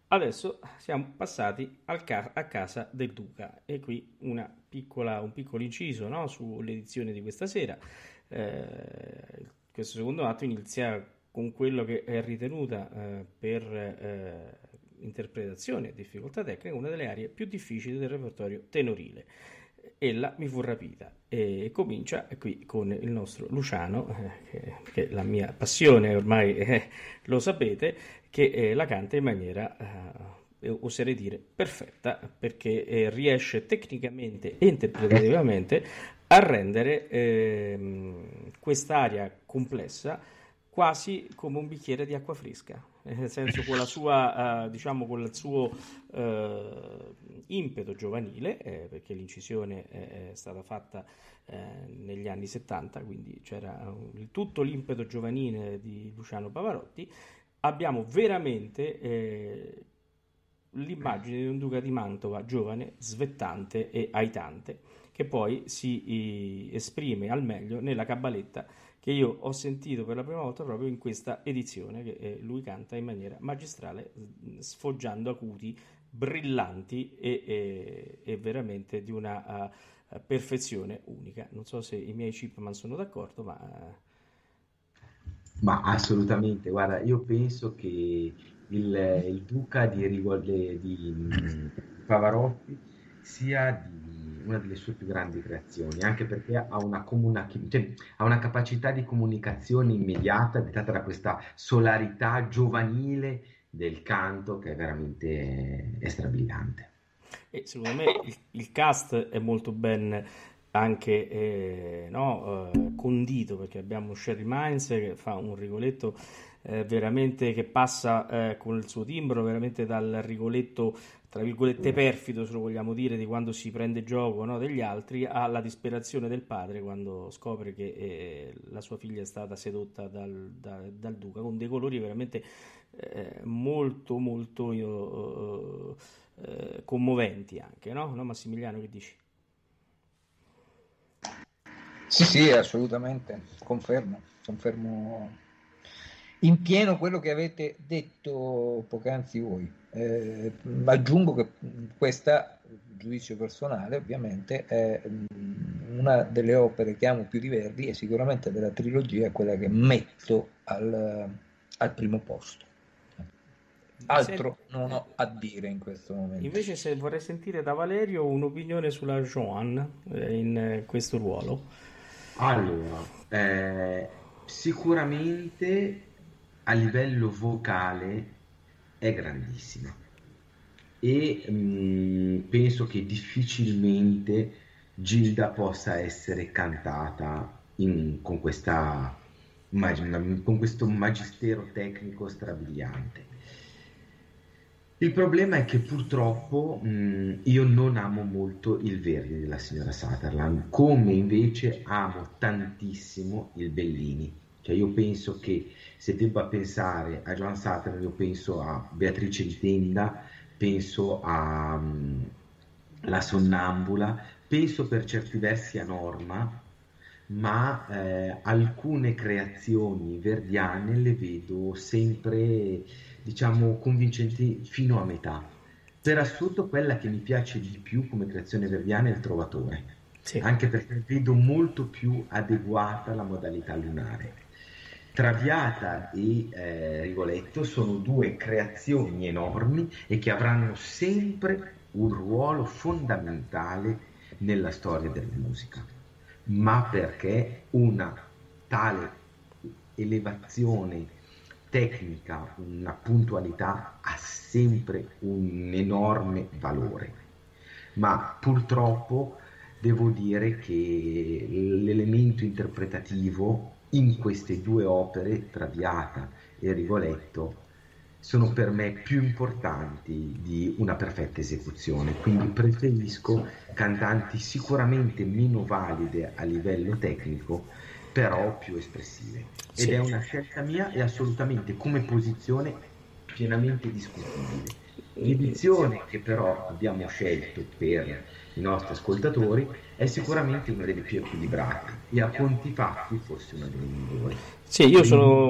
Adesso siamo passati al ca- a casa del Duca e qui una piccola, un piccolo inciso, no, sull'edizione di questa sera. Eh, questo secondo atto inizia con quello che è ritenuta eh, per eh, interpretazione e difficoltà tecnica una delle aree più difficili del repertorio tenorile. Ella mi fu rapita e comincia qui con il nostro Luciano, eh, che, che è la mia passione, ormai eh, lo sapete, che eh, la canta in maniera, eh, oserei dire, perfetta, perché eh, riesce tecnicamente e interpretativamente a rendere eh, quest'aria complessa quasi come un bicchiere di acqua fresca, nel senso con la sua, uh, diciamo, con il suo uh, impeto giovanile, eh, perché l'incisione è stata fatta eh, negli anni settanta, quindi c'era un, tutto l'impeto giovanile di Luciano Pavarotti. Abbiamo veramente eh, l'immagine di un duca di Mantova giovane, svettante e aitante, che poi si eh, esprime al meglio nella cabaletta che io ho sentito per la prima volta proprio in questa edizione, che eh, lui canta in maniera magistrale, sfoggiando acuti brillanti e, e, e veramente di una uh, perfezione unica. Non so se i miei chipman sono d'accordo, ma... Uh... Ma assolutamente, guarda, io penso che il, il Duca di, Rigole, di Pavarotti sia di una delle sue più grandi creazioni, anche perché ha una, comuna, cioè, ha una capacità di comunicazione immediata dettata da questa solarità giovanile del canto che è veramente è strabiliante. E secondo me il, il cast è molto ben anche eh, no, eh, condito, perché abbiamo Sherry Mines che fa un Rigoletto eh, veramente che passa eh, con il suo timbro veramente dal Rigoletto tra virgolette perfido, se lo vogliamo dire, di quando si prende gioco, no, degli altri, alla disperazione del padre quando scopre che eh, la sua figlia è stata sedotta dal, da, dal duca, con dei colori veramente eh, molto molto eh, eh, commoventi anche, no? No, Massimiliano, che dici? Sì, sì, assolutamente, confermo, confermo in pieno quello che avete detto poc'anzi voi. Eh, aggiungo che questa, giudizio personale ovviamente, è una delle opere che amo più di Verdi e sicuramente della trilogia è quella che metto al, al primo posto. Altro se... non ho a dire in questo momento. Invece se vorrei sentire da Valerio un'opinione sulla Joan in questo ruolo. Allora, eh, sicuramente a livello vocale è grandissima e mh, penso che difficilmente Gilda possa essere cantata in, con, questa, con questo magistero tecnico strabiliante. Il problema è che purtroppo mh, io non amo molto il Verdi della signora Sutherland, come invece amo tantissimo il Bellini. Cioè io penso che se debba pensare a Joan Sutherland, io penso a Beatrice di Tenda, penso a um, La Sonnambula, penso per certi versi a Norma, ma eh, alcune creazioni verdiane le vedo sempre, diciamo, convincenti fino a metà. Per assurdo quella che mi piace di più come creazione verdiana è Il Trovatore, sì. Anche perché vedo molto più adeguata la modalità lunare. Traviata e eh, Rigoletto sono due creazioni enormi e che avranno sempre un ruolo fondamentale nella storia della musica, ma perché una tale elevazione tecnica, una puntualità ha sempre un enorme valore. Ma purtroppo devo dire che l'elemento interpretativo in queste due opere, Traviata e Rigoletto, sono per me più importanti di una perfetta esecuzione, quindi preferisco cantanti sicuramente meno valide a livello tecnico, però più espressive. Ed è una scelta mia e assolutamente come posizione pienamente discutibile. L'edizione che però abbiamo scelto per i nostri ascoltatori è sicuramente una delle più equilibrate e a conti fatti forse una delle migliori. Sì, io sono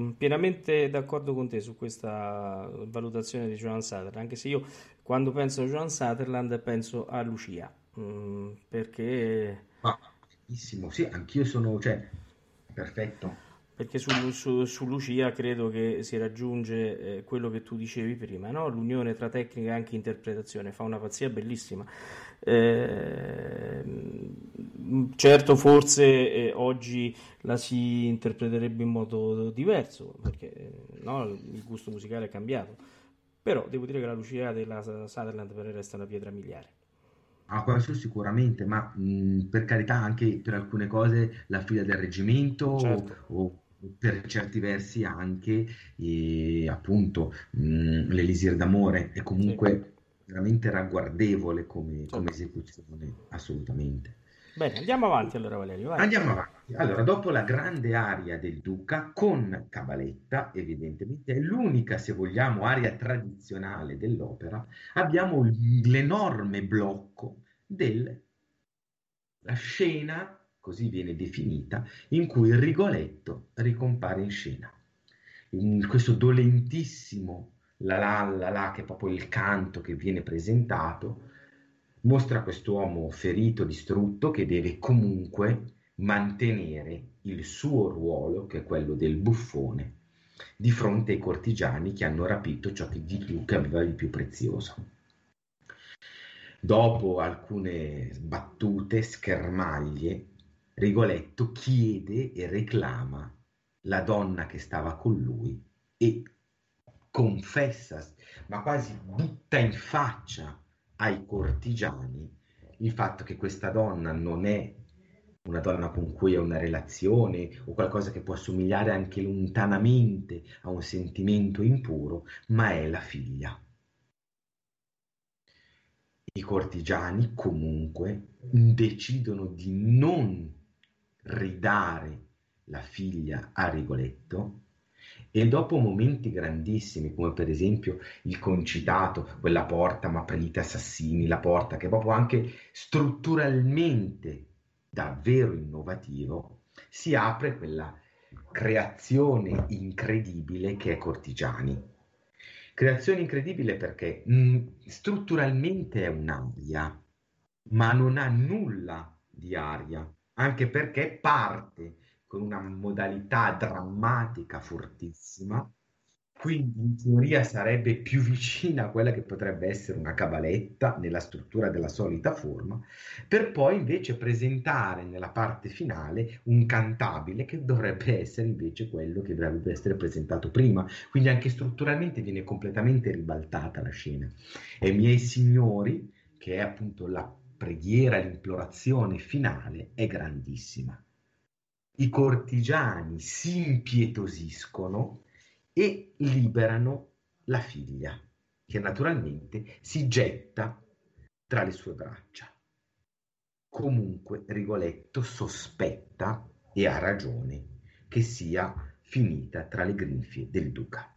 Sono pienamente d'accordo con te su questa valutazione di Joan Sutherland, anche se io quando penso a Joan Sutherland penso a Lucia, mm, perché... Ah, benissimo, sì, anch'io sono, cioè, perfetto. Perché su, su, su Lucia credo che si raggiunge eh, quello che tu dicevi prima, no? L'unione tra tecnica e anche interpretazione, fa una pazzia bellissima. Eh, certo, forse eh, oggi la si interpreterebbe in modo diverso, perché no, il gusto musicale è cambiato, però devo dire che la Lucia della Sutherland per me resta una pietra miliare. Ah, questo sicuramente, ma mh, per carità anche per alcune cose la figlia del reggimento o, Certo, o per certi versi anche eh, appunto mh, l'Elisir d'amore è sì, comunque veramente ragguardevole come, come certo. esecuzione, assolutamente. Bene, andiamo avanti allora Valerio, vai. Andiamo avanti. Allora, dopo la grande aria del Duca con cabaletta, evidentemente è l'unica, se vogliamo, aria tradizionale dell'opera, abbiamo l- l'enorme blocco della scena, così viene definita, in cui Rigoletto ricompare in scena. In questo dolentissimo la la la la, che è proprio il canto che viene presentato, mostra quest'uomo ferito, distrutto, che deve comunque mantenere il suo ruolo, che è quello del buffone, di fronte ai cortigiani che hanno rapito ciò che di più che aveva di più prezioso. Dopo alcune battute, schermaglie, Rigoletto chiede e reclama la donna che stava con lui e confessa, ma quasi butta in faccia ai cortigiani il fatto che questa donna non è una donna con cui ha una relazione o qualcosa che può assomigliare anche lontanamente a un sentimento impuro, ma è la figlia. I cortigiani comunque decidono di non ridare la figlia a Rigoletto e dopo momenti grandissimi, come per esempio il concitato, quella porta ma aprite assassini, la porta che è proprio anche strutturalmente davvero innovativo, si apre quella creazione incredibile che è Cortigiani. Creazione incredibile perché mh, strutturalmente è un'aria, ma non ha nulla di aria, anche perché parte con una modalità drammatica fortissima, quindi in teoria sarebbe più vicina a quella che potrebbe essere una cabaletta nella struttura della solita forma, per poi invece presentare nella parte finale un cantabile che dovrebbe essere invece quello che dovrebbe essere presentato prima, quindi anche strutturalmente viene completamente ribaltata la scena. E miei signori, che è appunto la preghiera, l'implorazione finale, è grandissima. I cortigiani si impietosiscono e liberano la figlia, che naturalmente si getta tra le sue braccia. Comunque Rigoletto sospetta, e ha ragione, che sia finita tra le grinfie del duca.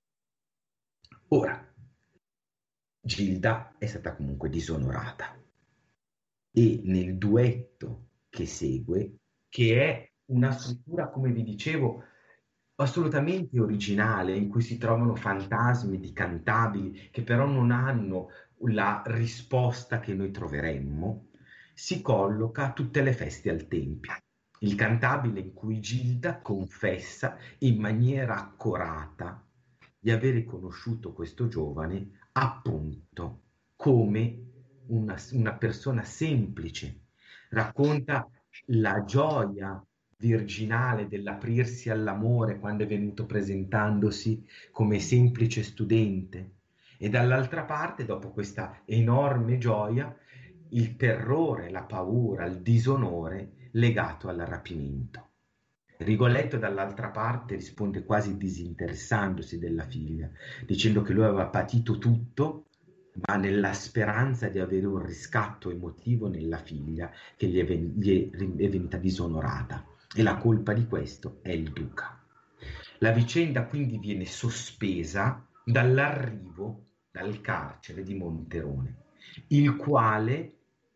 Ora, Gilda è stata comunque disonorata e nel duetto che segue, che è una struttura, come vi dicevo, assolutamente originale, in cui si trovano fantasmi di cantabili che però non hanno la risposta che noi troveremmo, si colloca a tutte le feste al Tempio. Il cantabile in cui Gilda confessa in maniera accorata di avere conosciuto questo giovane appunto come una, una persona semplice. Racconta la gioia virginale dell'aprirsi all'amore quando è venuto presentandosi come semplice studente e dall'altra parte, dopo questa enorme gioia, il terrore, la paura, il disonore legato al rapimento. Rigoletto dall'altra parte risponde quasi disinteressandosi della figlia, dicendo che lui aveva patito tutto, ma nella speranza di avere un riscatto emotivo nella figlia che gli è, ven- gli è venuta disonorata. E la colpa di questo è il duca. La vicenda quindi viene sospesa dall'arrivo dal carcere di Monterone, il quale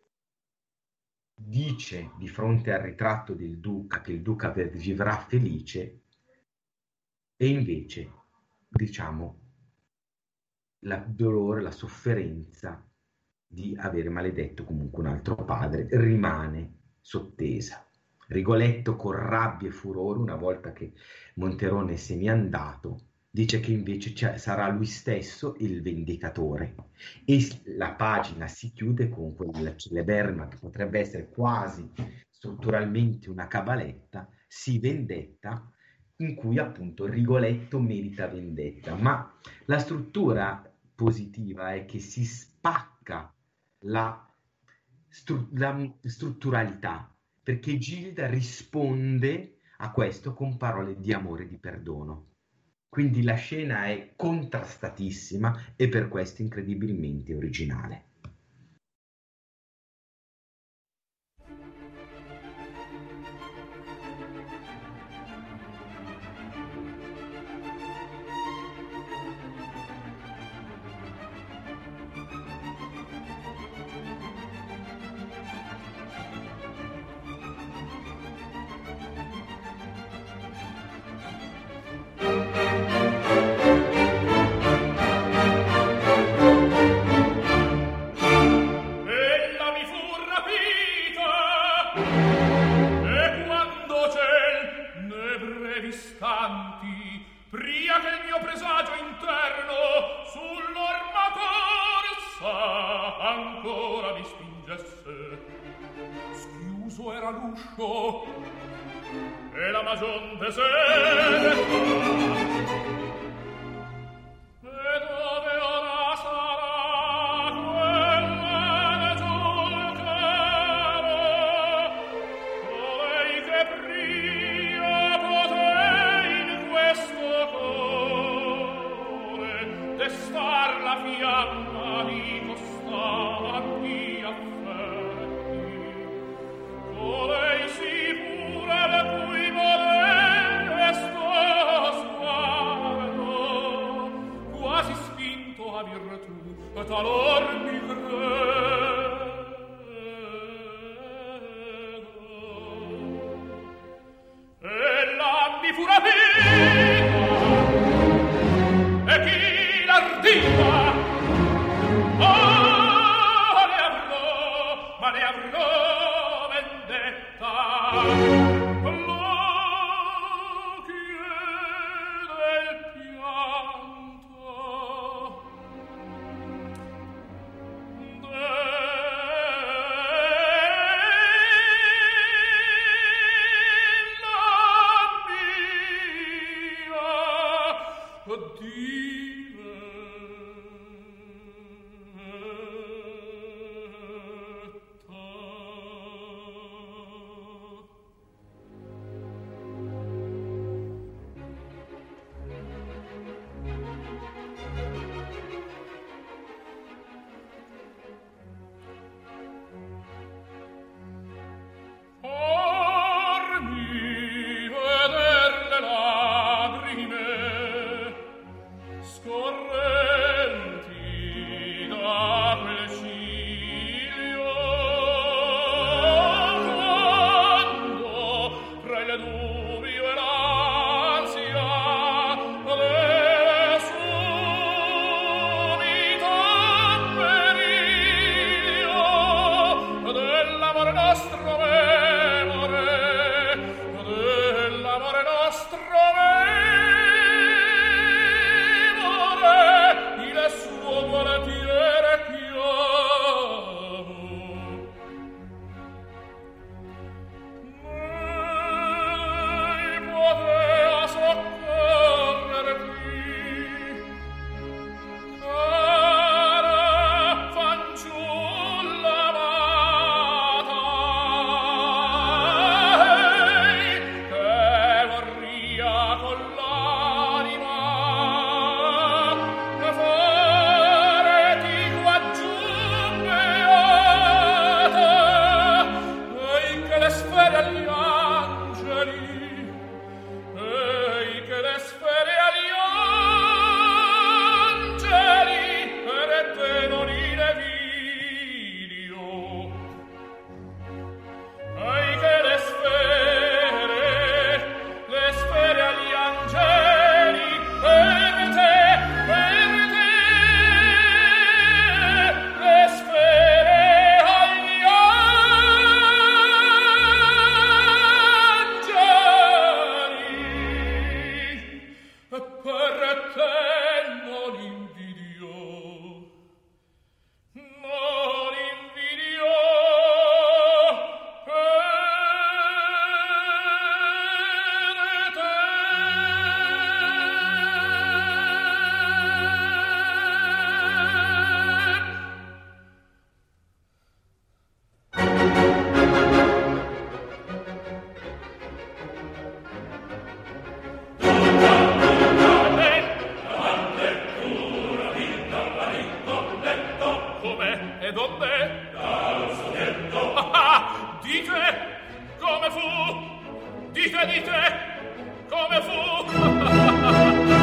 dice di fronte al ritratto del duca che il duca vivrà felice E invece, diciamo, il dolore, la sofferenza di avere maledetto comunque un altro padre rimane sottesa. Rigoletto con rabbia e furore, una volta che Monterone se n'è andato, dice che invece cioè, sarà lui stesso il vendicatore, e la pagina si chiude con quel celeberrima che potrebbe essere quasi strutturalmente una cabaletta, si vendetta, in cui appunto Rigoletto merita vendetta, ma la struttura positiva è che si spacca la, stru- la strutturalità, perché Gilda risponde a questo con parole di amore e di perdono. Quindi la scena è contrastatissima e per questo incredibilmente originale. Con l'anima che fare E donde? Dal soneto. Ah, ah, dite come fu? Dite, dite come fu?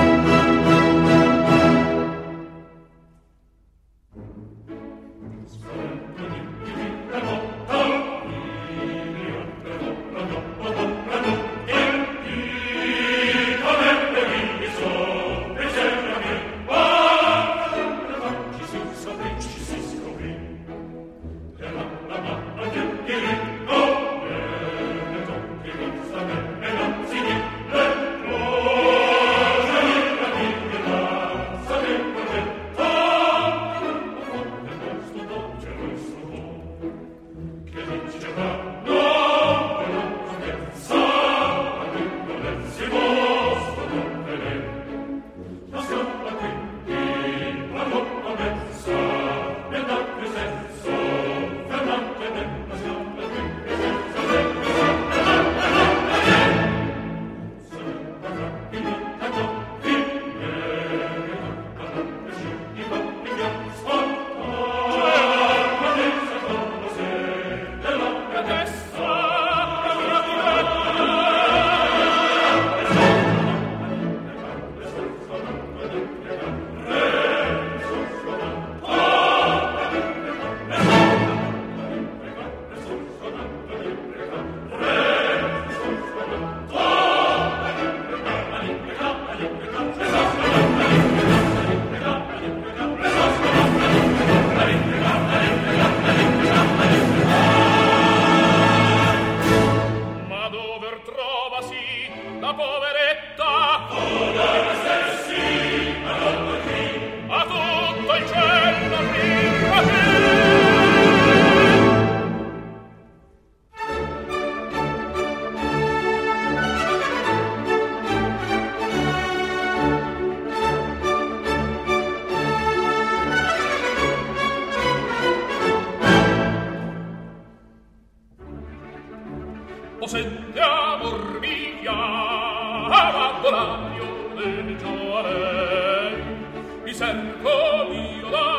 Cerco io da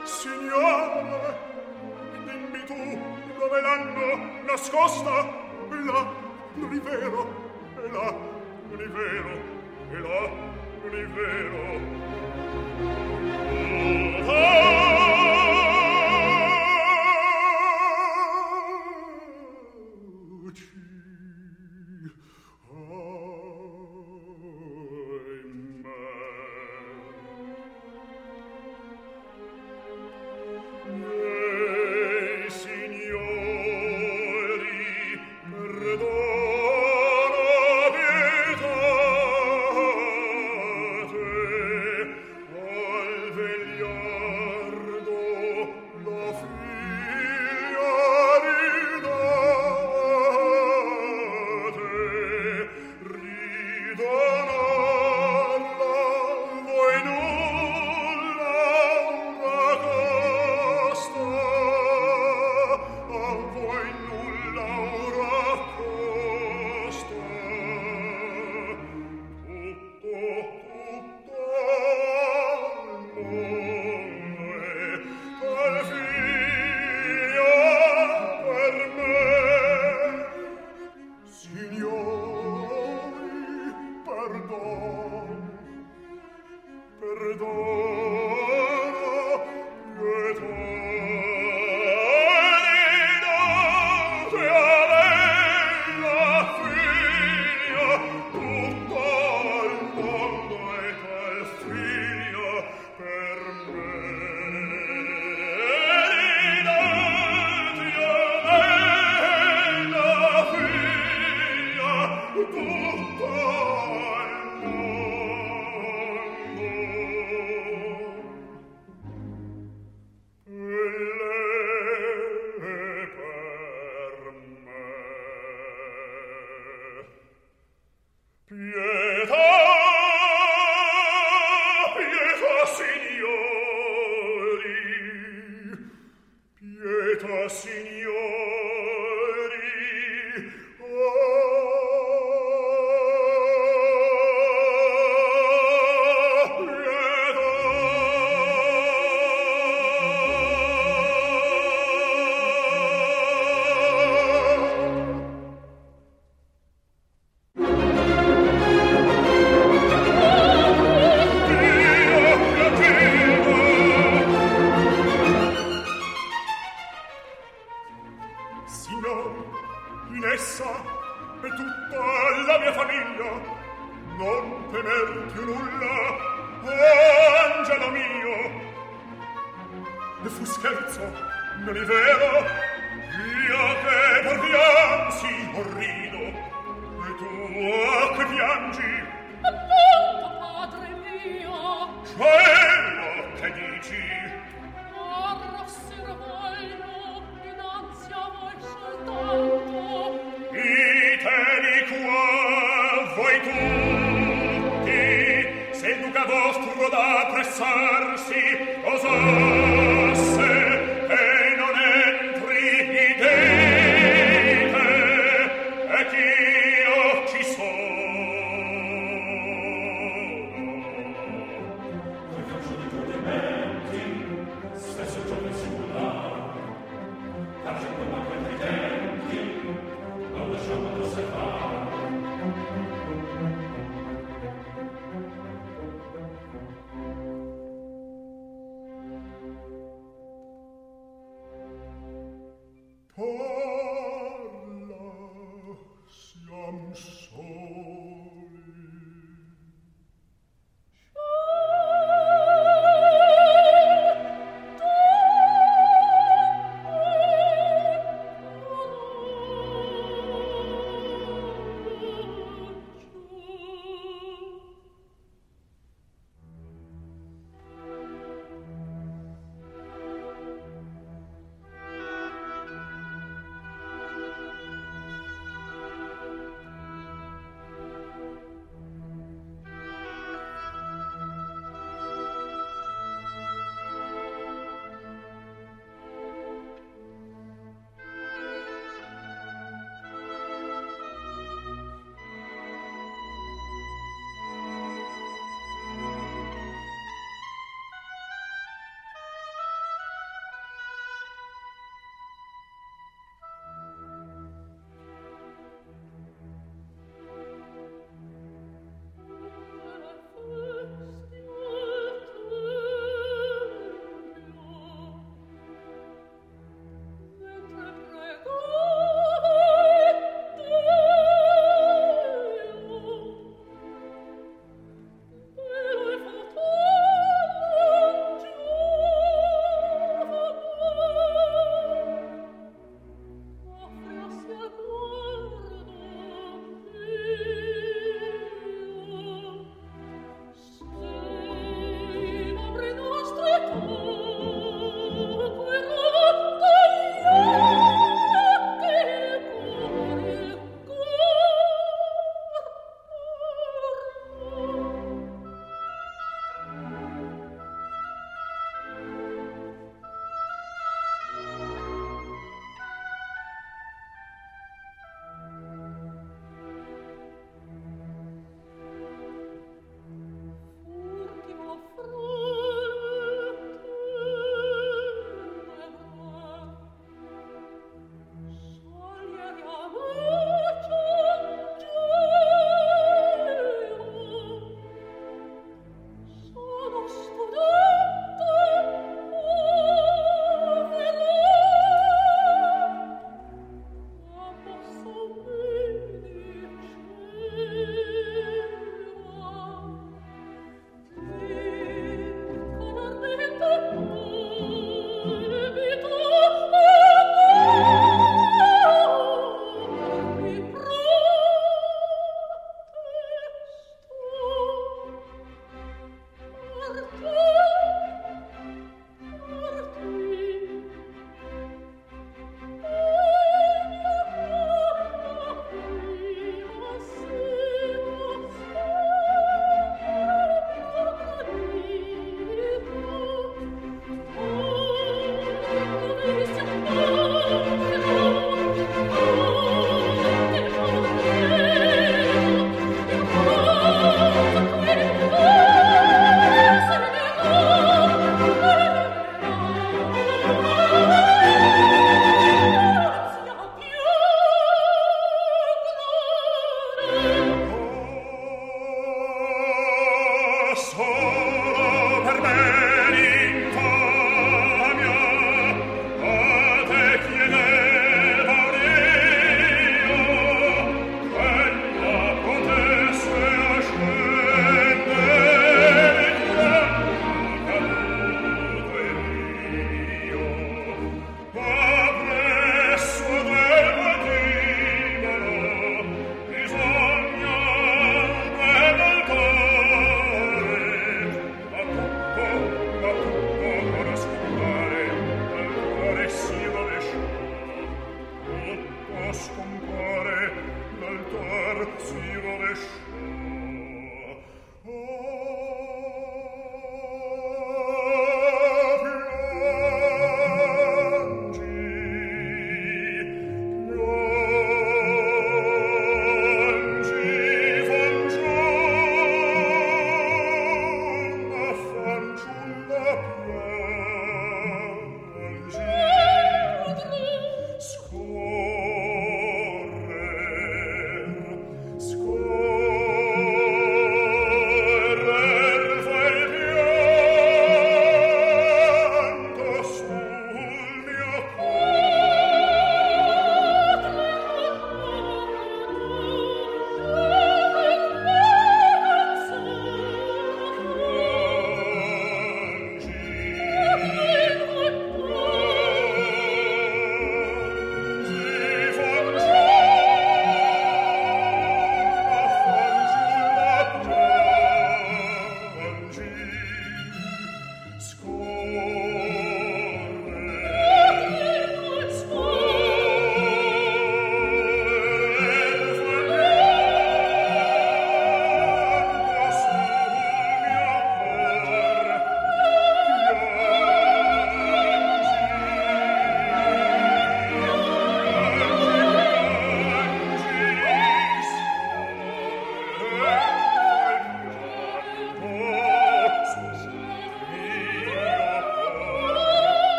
Signore, dimmi tu dove l'hanno nascosta? E là, non è vero, e là, non è vero, e là, non è vero. Oh,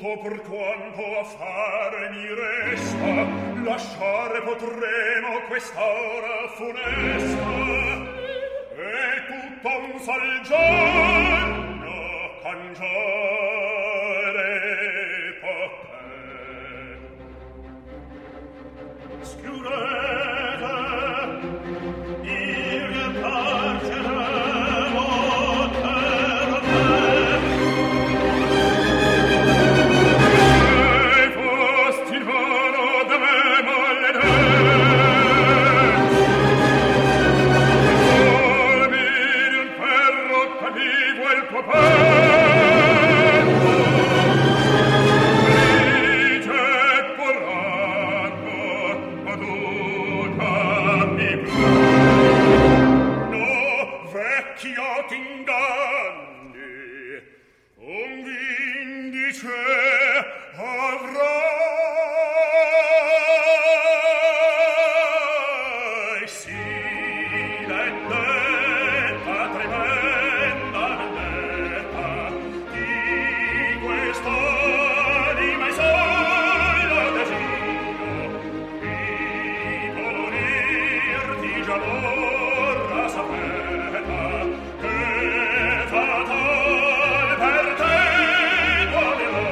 tutto per quanto a fare mi resta, lasciare potremo quest'ora funesta, e tutto un sol giorno cangiare poté. Schiudete, io vi carceremo per me. E fosti vano da me maledetto, colmi di un ferro capivo il tuo petto, grigia e porranno, caduta mi prendo. No, vecchio t'inganni, un vindice avrai, sì, vendetta, tremenda vendetta, di quest'anima è solo desiderio, di morirti già l'ora sapeva, che fatale per te morirà,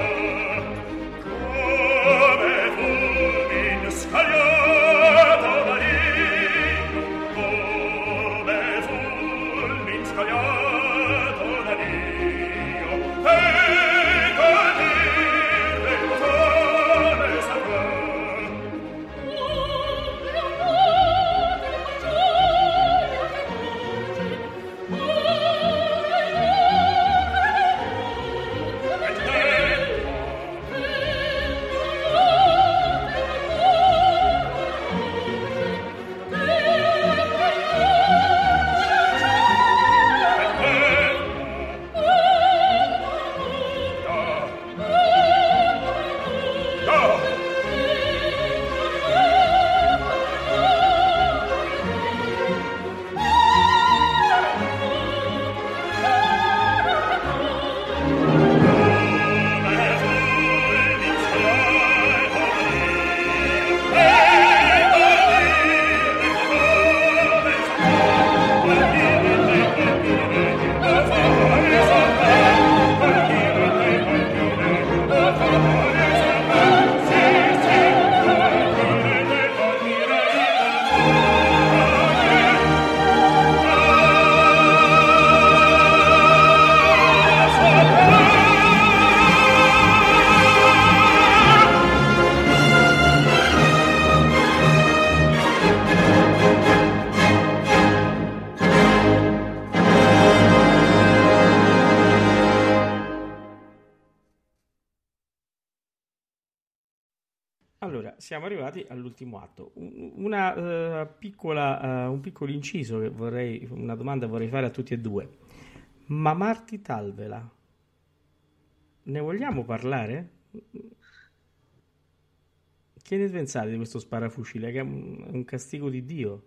come fulmin scagliato da Dio, come fulmin scagliato da Dio, e così del sole saprà. Allora, siamo arrivati all'ultimo atto. Un- Una eh, piccola, eh, un piccolo inciso che vorrei, una domanda vorrei fare a tutti e due. Ma Marti Talvela, ne vogliamo parlare? Che ne pensate di questo sparafucile? Che è un, è un castigo di Dio.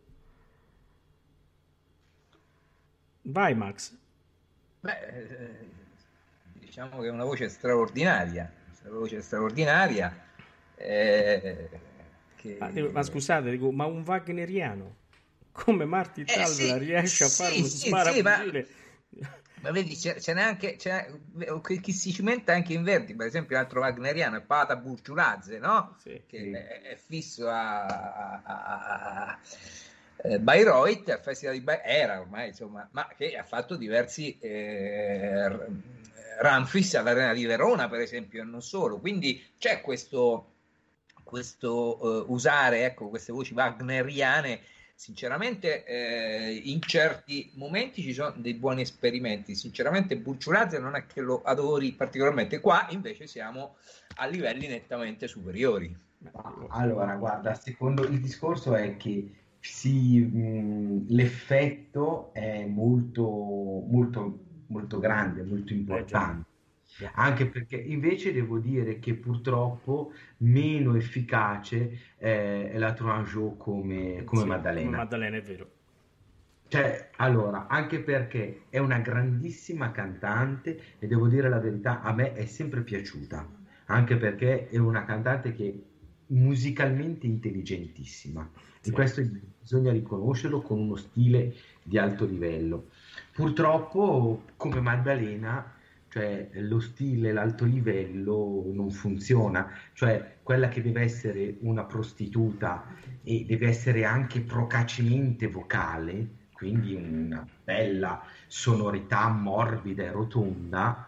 Vai, Max. Beh, eh, diciamo che è una voce straordinaria, una voce straordinaria. eh, che... Ah, dico, ma scusate, dico, ma un wagneriano come Marti Eh, Talvela sì, riesce a sì, fare uno sì, sì, sparafucile? Ma vedi, c'è, c'è neanche c'è, chi si cimenta anche in Verdi, per esempio, l'altro wagneriano è Pata Burciulazze, no? Sì. Che Sì. è, è fisso a, a, a- a- eh, Bayreuth, al Festival di Bayreuth, era ormai, insomma, ma che ha fatto diversi eh, r- Ramfis all'Arena di Verona, per esempio, e non solo. Quindi c'è questo, questo eh, usare, ecco, queste voci wagneriane. Sinceramente, eh, in certi momenti ci sono dei buoni esperimenti. Sinceramente, Burciulazzi non è che lo adori particolarmente. Qua invece siamo a livelli nettamente superiori. Allora, guarda, secondo il discorso è che si, mh, l'effetto è molto, molto, molto grande, molto importante. Anche perché invece devo dire che purtroppo meno efficace eh, è la Tourangeau come, come Sì, Maddalena. come Maddalena, è vero. Cioè, allora, anche perché è una grandissima cantante e devo dire la verità, a me è sempre piaciuta. anche perché è una cantante che è musicalmente intelligentissima, e questo bisogna riconoscerlo, con uno stile di alto livello. Purtroppo, come Maddalena, cioè lo stile, l'alto livello non funziona, cioè quella che deve essere una prostituta e deve essere anche procacemente vocale, quindi una bella sonorità morbida e rotonda,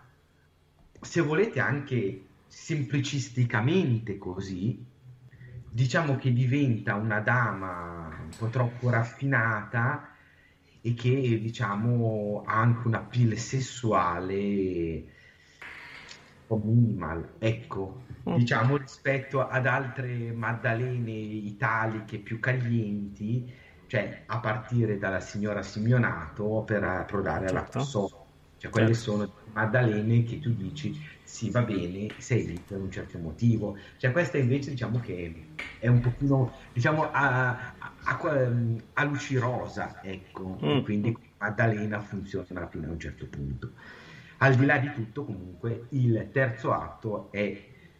se volete anche semplicisticamente così, diciamo che diventa una dama un po' troppo raffinata e che, diciamo, ha anche un appeal sessuale un po' minimal, ecco, mm. diciamo, rispetto ad altre Maddalene italiche più calienti, cioè a partire dalla signora Simeonato per approdare alla certo. Cassola. Cioè quelle Certo. sono Maddalene che tu dici sì, va bene, sei lì per un certo motivo. Cioè questa invece diciamo che è un pochino, diciamo, a, a, a, a luci rosa, ecco, Mm. e quindi Maddalena funziona fino a un certo punto. Al di là di tutto, comunque, il terzo atto è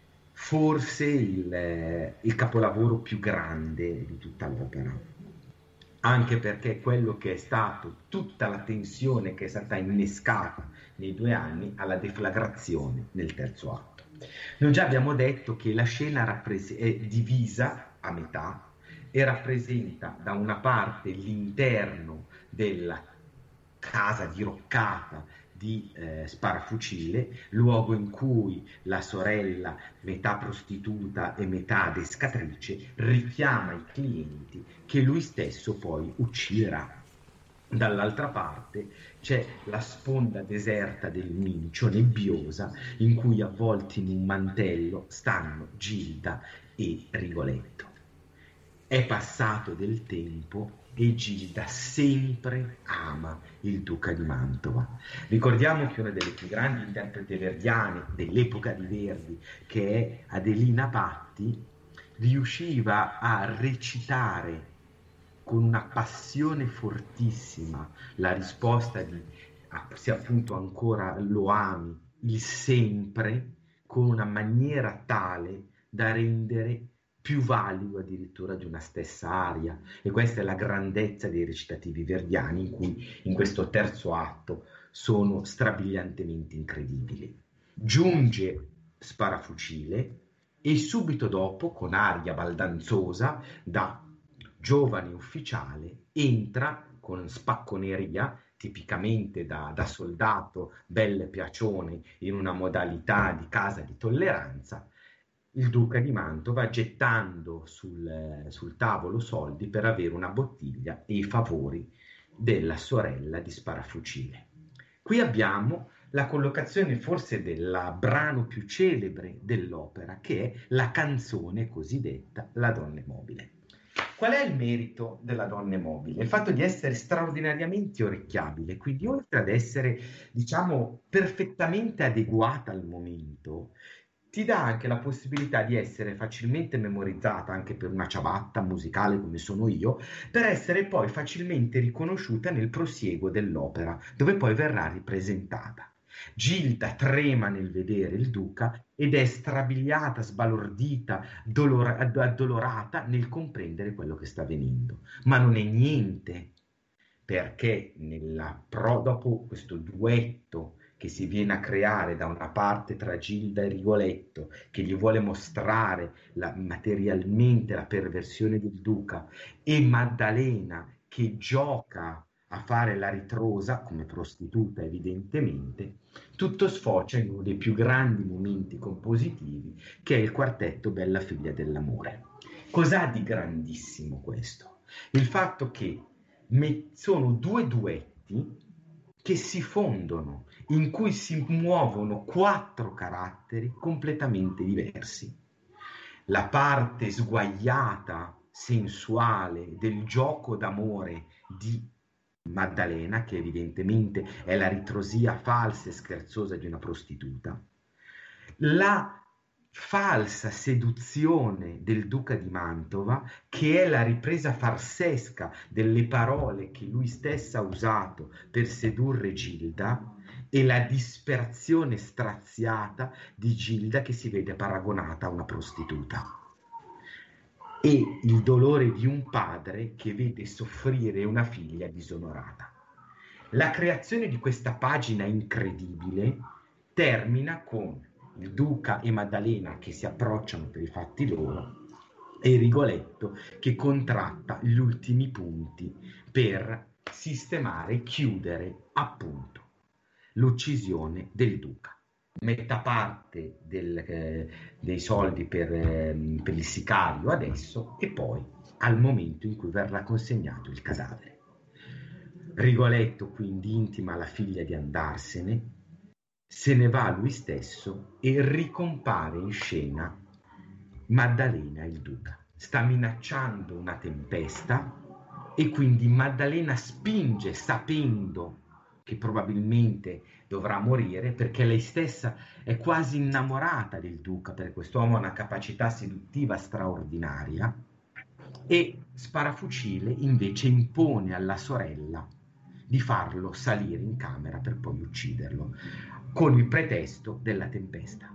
forse il, il capolavoro più grande di tutta l'opera, anche perché quello che è stato tutta la tensione che è stata innescata nei due anni alla deflagrazione nel terzo atto. Noi già abbiamo detto che la scena rappres- è divisa a metà e rappresenta da una parte l'interno della casa diroccata di eh, Sparafucile, luogo in cui la sorella, metà prostituta e metà adescatrice, richiama i clienti che lui stesso poi ucciderà. Dall'altra parte c'è la sponda deserta del Mincio, nebbiosa, in cui avvolti in un mantello stanno Gilda e Rigoletto. È passato del tempo e Gilda sempre ama il duca di Mantova. Ricordiamo che una delle più grandi interpreti verdiane dell'epoca di Verdi, che è Adelina Patti, riusciva a recitare con una passione fortissima la risposta di ah, se appunto ancora lo ami, il sempre, con una maniera tale da rendere più valido addirittura di una stessa aria, e questa è la grandezza dei recitativi verdiani, in cui in questo terzo atto sono strabiliantemente incredibili. Giunge Sparafucile e subito dopo, con aria baldanzosa da giovane ufficiale, entra con spacconeria, tipicamente da, da soldato belle piacione, in una modalità di casa di tolleranza, il duca di Mantova, gettando sul, sul tavolo soldi per avere una bottiglia e i favori della sorella di Sparafucile. Qui abbiamo la collocazione forse del brano più celebre dell'opera, che è la canzone cosiddetta La Donna Mobile. Qual è il merito della Donna Mobile? Il fatto di essere straordinariamente orecchiabile, quindi oltre ad essere, diciamo, perfettamente adeguata al momento, ti dà anche la possibilità di essere facilmente memorizzata anche per una ciabatta musicale come sono io, per essere poi facilmente riconosciuta nel prosieguo dell'opera, dove poi verrà ripresentata. Gilda trema nel vedere il duca ed è strabiliata, sbalordita, dolor- addolorata nel comprendere quello che sta avvenendo, ma non è niente, perché nella pro- dopo questo duetto che si viene a creare da una parte tra Gilda e Rigoletto, che gli vuole mostrare la, materialmente la perversione del duca, e Maddalena che gioca a fare la ritrosa come prostituta evidentemente, tutto sfocia in uno dei più grandi momenti compositivi, che è il quartetto Bella figlia dell'amore. Cos'ha di grandissimo questo? Il fatto che me- sono due duetti che si fondono, in cui si muovono quattro caratteri completamente diversi. La parte sguaiata, sensuale del gioco d'amore di Maddalena, che evidentemente è la ritrosia falsa e scherzosa di una prostituta, la falsa seduzione del duca di Mantova, che è la ripresa farsesca delle parole che lui stesso ha usato per sedurre Gilda, e la disperazione straziata di Gilda che si vede paragonata a una prostituta, e il dolore di un padre che vede soffrire una figlia disonorata. La creazione di questa pagina incredibile termina con il duca e Maddalena che si approcciano per i fatti loro e Rigoletto che contratta gli ultimi punti per sistemare e chiudere appunto l'uccisione del duca. Metta parte del, eh, dei soldi per, eh, per il sicario adesso e poi al momento in cui verrà consegnato il cadavere. Rigoletto quindi intima alla figlia di andarsene, se ne va lui stesso e ricompare in scena Maddalena e il duca. Sta minacciando una tempesta e quindi Maddalena spinge sapendo che probabilmente dovrà morire, perché lei stessa è quasi innamorata del duca, perché quest'uomo ha una capacità seduttiva straordinaria, e Sparafucile invece impone alla sorella di farlo salire in camera per poi ucciderlo, con il pretesto della tempesta.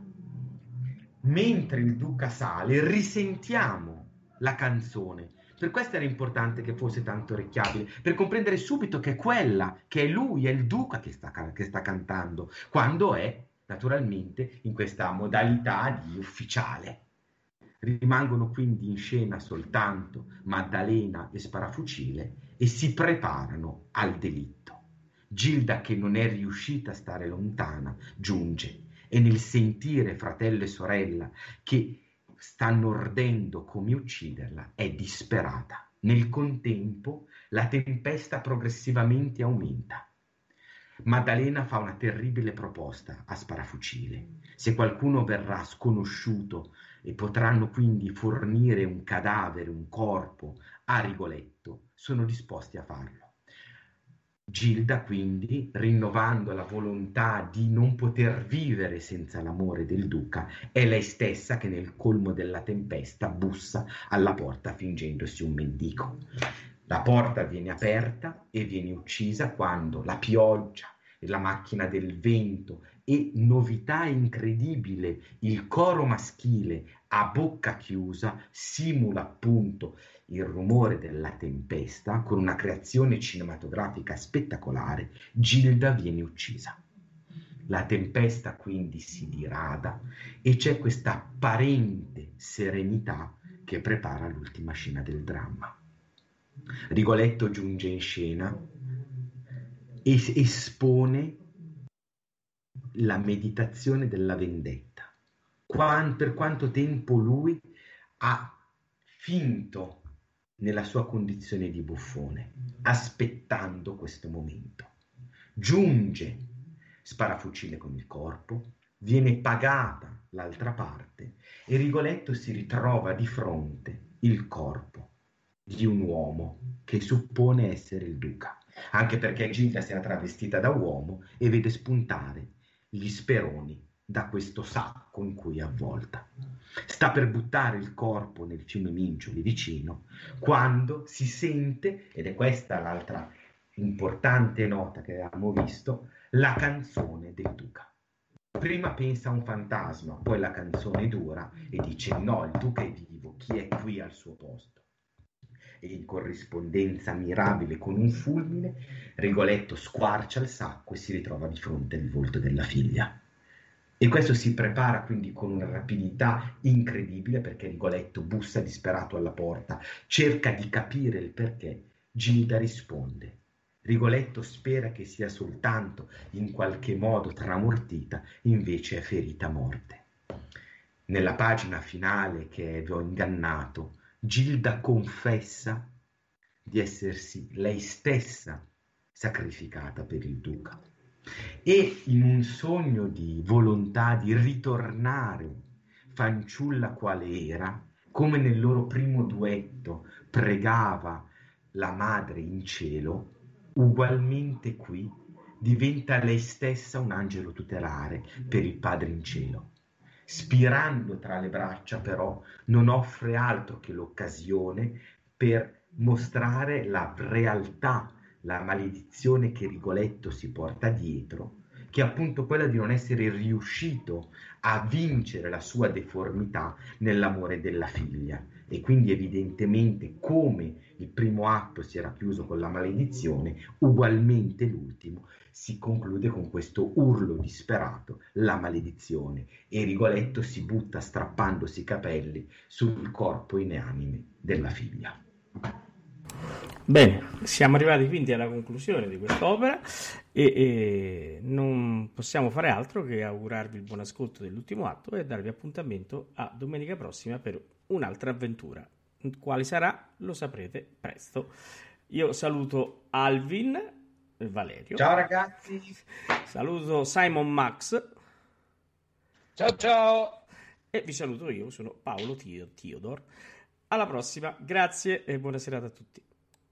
Mentre il duca sale, risentiamo la canzone. Per questo era importante che fosse tanto orecchiabile, per comprendere subito che è quella, che è lui, è il duca che sta, che sta cantando, quando è naturalmente in questa modalità di ufficiale. Rimangono quindi in scena soltanto Maddalena e Sparafucile e si preparano al delitto. Gilda, che non è riuscita a stare lontana, giunge e nel sentire fratello e sorella che stanno ordendo come ucciderla è disperata. Nel contempo la tempesta progressivamente aumenta. Maddalena fa una terribile proposta a Sparafucile. Se qualcuno verrà sconosciuto e potranno quindi fornire un cadavere, un corpo a Rigoletto, sono disposti a farlo. Gilda quindi, rinnovando la volontà di non poter vivere senza l'amore del duca, è lei stessa che nel colmo della tempesta bussa alla porta fingendosi un mendico. La porta viene aperta e viene uccisa quando la pioggia e la macchina del vento e, novità incredibile, il coro maschile a bocca chiusa simula appunto il rumore della tempesta. Con una creazione cinematografica spettacolare, Gilda viene uccisa. La tempesta quindi si dirada e c'è questa apparente serenità che prepara l'ultima scena del dramma. Rigoletto giunge in scena e espone la meditazione della vendetta. Qua, per quanto tempo lui ha finto nella sua condizione di buffone, aspettando questo momento. Giunge Sparafucile con il corpo, viene pagata l'altra parte e Rigoletto si ritrova di fronte il corpo di un uomo che suppone essere il duca, anche perché Gilda si era travestita da uomo e vede spuntare gli speroni da questo sacco in cui è avvolta. Sta per buttare il corpo nel fiume Mincio lì vicino, quando si sente, ed è questa l'altra importante nota che avevamo visto, la canzone del duca. Prima pensa a un fantasma, poi la canzone dura e dice no, il duca è vivo, chi è qui al suo posto? E in corrispondenza mirabile con un fulmine, Rigoletto squarcia il sacco e si ritrova di fronte al volto della figlia. E questo si prepara quindi con una rapidità incredibile, perché Rigoletto bussa disperato alla porta, cerca di capire il perché. Gilda risponde. Rigoletto spera che sia soltanto in qualche modo tramortita, invece è ferita a morte. Nella pagina finale che vi ho ingannato, Gilda confessa di essersi lei stessa sacrificata per il duca e in un sogno di volontà di ritornare fanciulla quale era, come nel loro primo duetto pregava la madre in cielo, ugualmente qui diventa lei stessa un angelo tutelare per il padre in cielo. Spirando tra le braccia però non offre altro che l'occasione per mostrare la realtà, la maledizione che Rigoletto si porta dietro che è appunto quella di non essere riuscito a vincere la sua deformità nell'amore della figlia. E quindi evidentemente, come il primo atto si era chiuso con la maledizione, ugualmente l'ultimo si conclude con questo urlo disperato, la maledizione, e Rigoletto si butta strappandosi i capelli sul corpo ineanime della figlia. Bene, siamo arrivati quindi alla conclusione di quest'opera e, e non possiamo fare altro che augurarvi il buon ascolto dell'ultimo atto e darvi appuntamento a domenica prossima per un'altra avventura. Quale sarà lo saprete presto. Io saluto Alvin e Valerio. Ciao ragazzi. Saluto Simon Max. Ciao ciao. E vi saluto io, sono Paolo Theodor. Alla prossima, grazie e buona serata a tutti.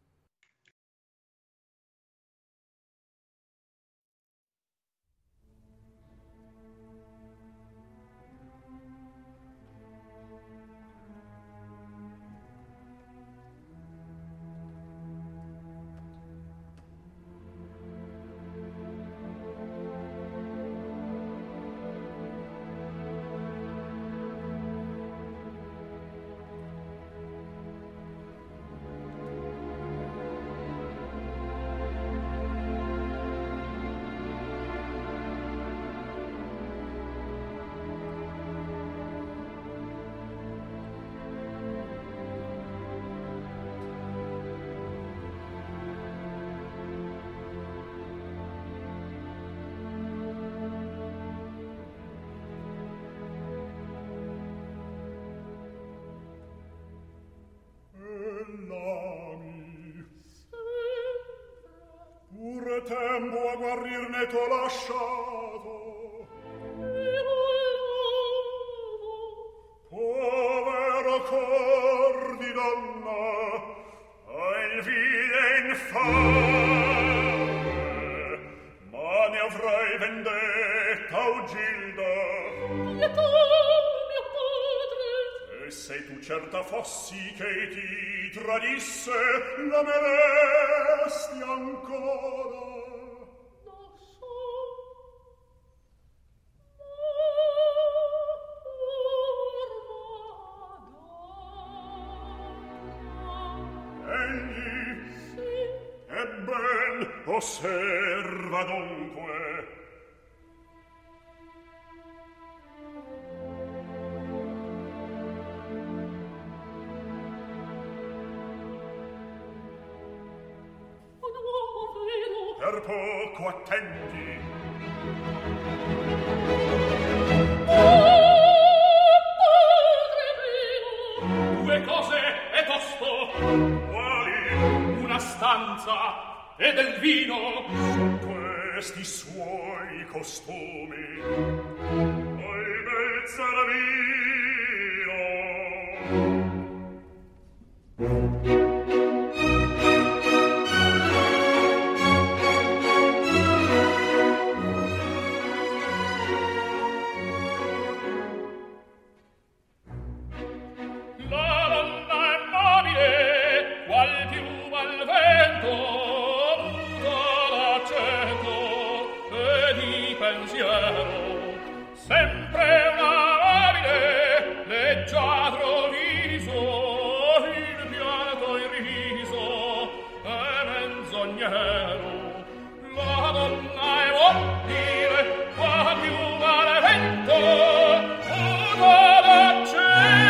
Tempo a guarirne t'ho lasciato, povero cor di donna, il vile infame, ma ne avrai vendetta o Gilda? Pietà, mio padre! E se tu certa fossi che ti tradisse, la meresti ancora? Osserva dunque. Un uomo vero. Per poco attendi. Oh, padre mio! Due cose è tosto. Quali? Una stanza e del vino. Questi suoi costumi. Oi bezza da vino. Sempre una amabile, leggiadro viso, il pianto il riso è menzognero. La donna è mobile, qua più vale vento, muta d'accento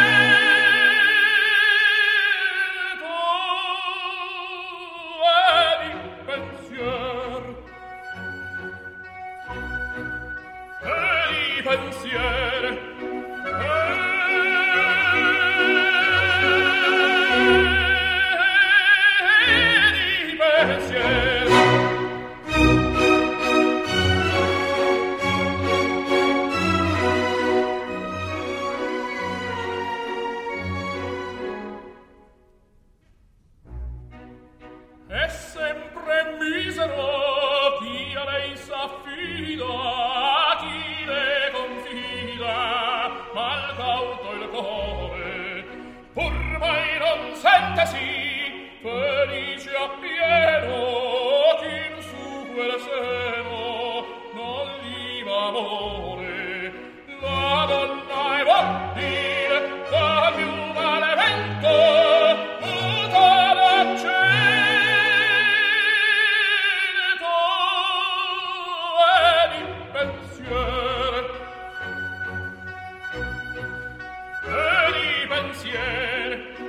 e di pensier. E di pensier. È sempre misero chi a lei s'affida, chi le confida, mal cauto il cuore, pur mai non sentesi felice appieno, chi in su quel seno non gli pensier.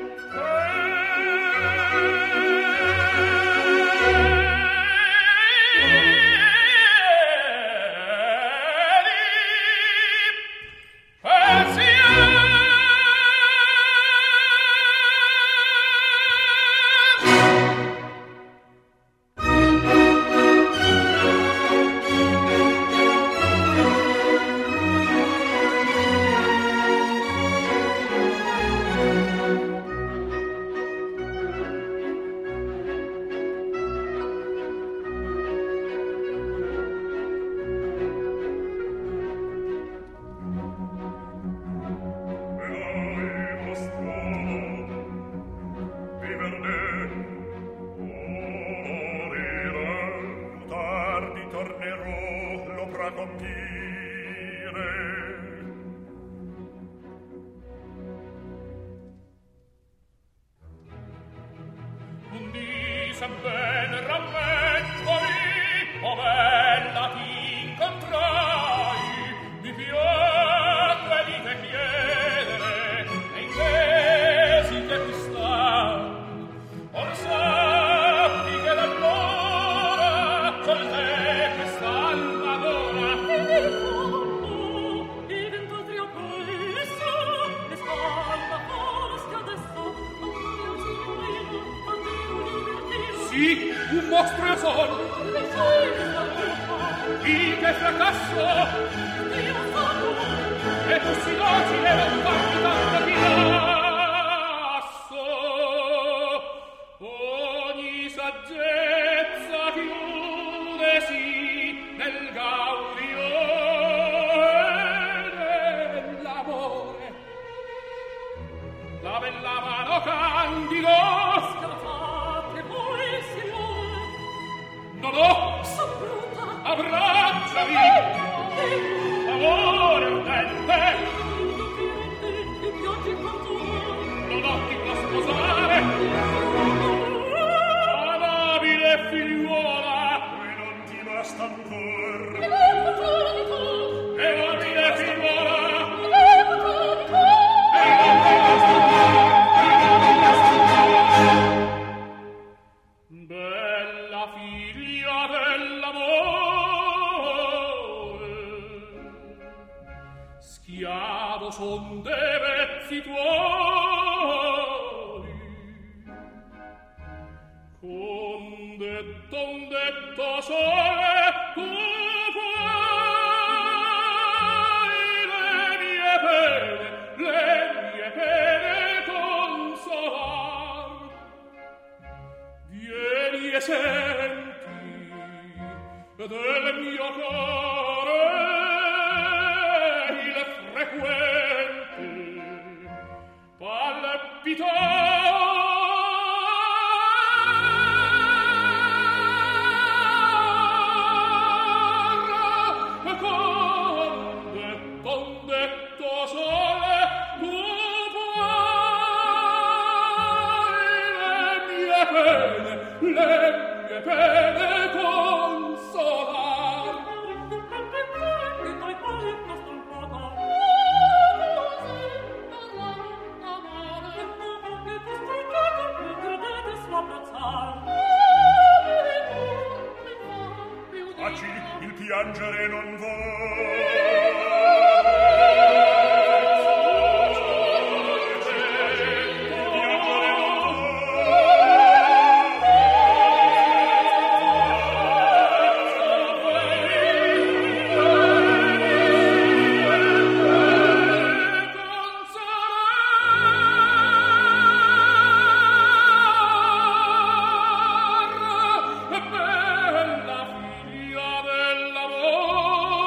Bella figlia dell'amore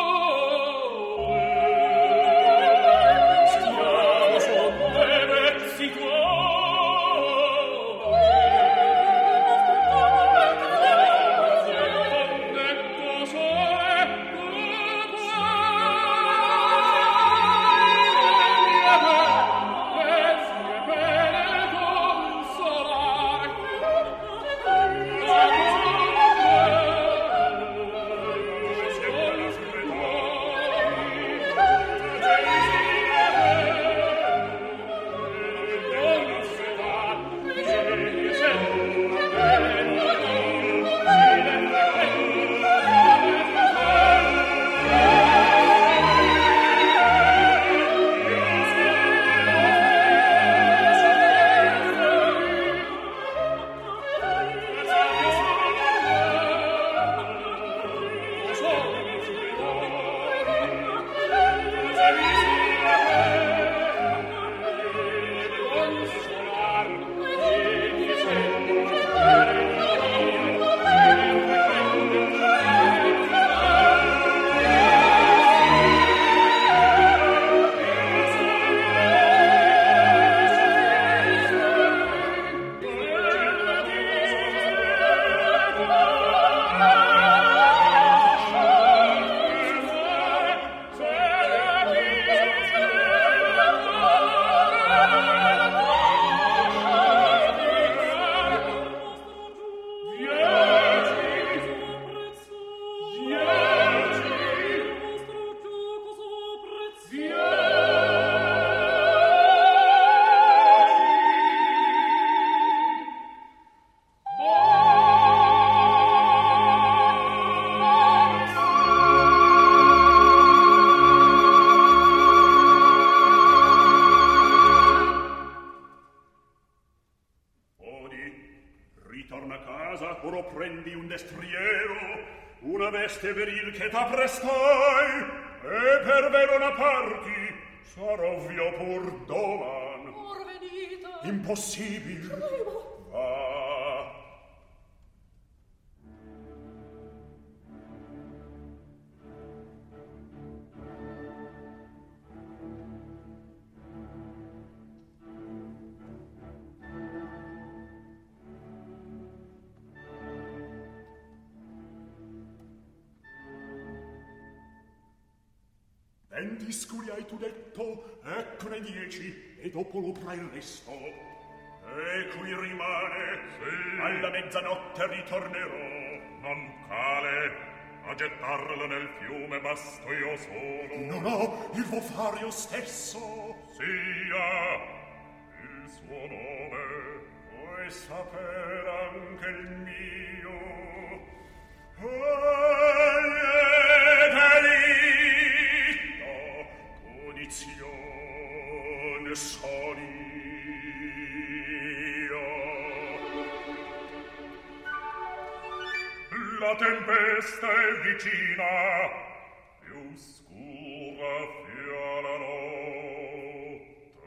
Venti scuri hai tu detto, eccone dieci, e dopo l'opera il resto. E qui rimane, sì. Alla mezzanotte ritornerò. Non cale, a gettarlo nel fiume basto io solo. No, no, il vo far io stesso. Sia il suo nome. Vuoi saper anche il mio? Punizione son io. La tempesta è vicina, più scura fia la notte.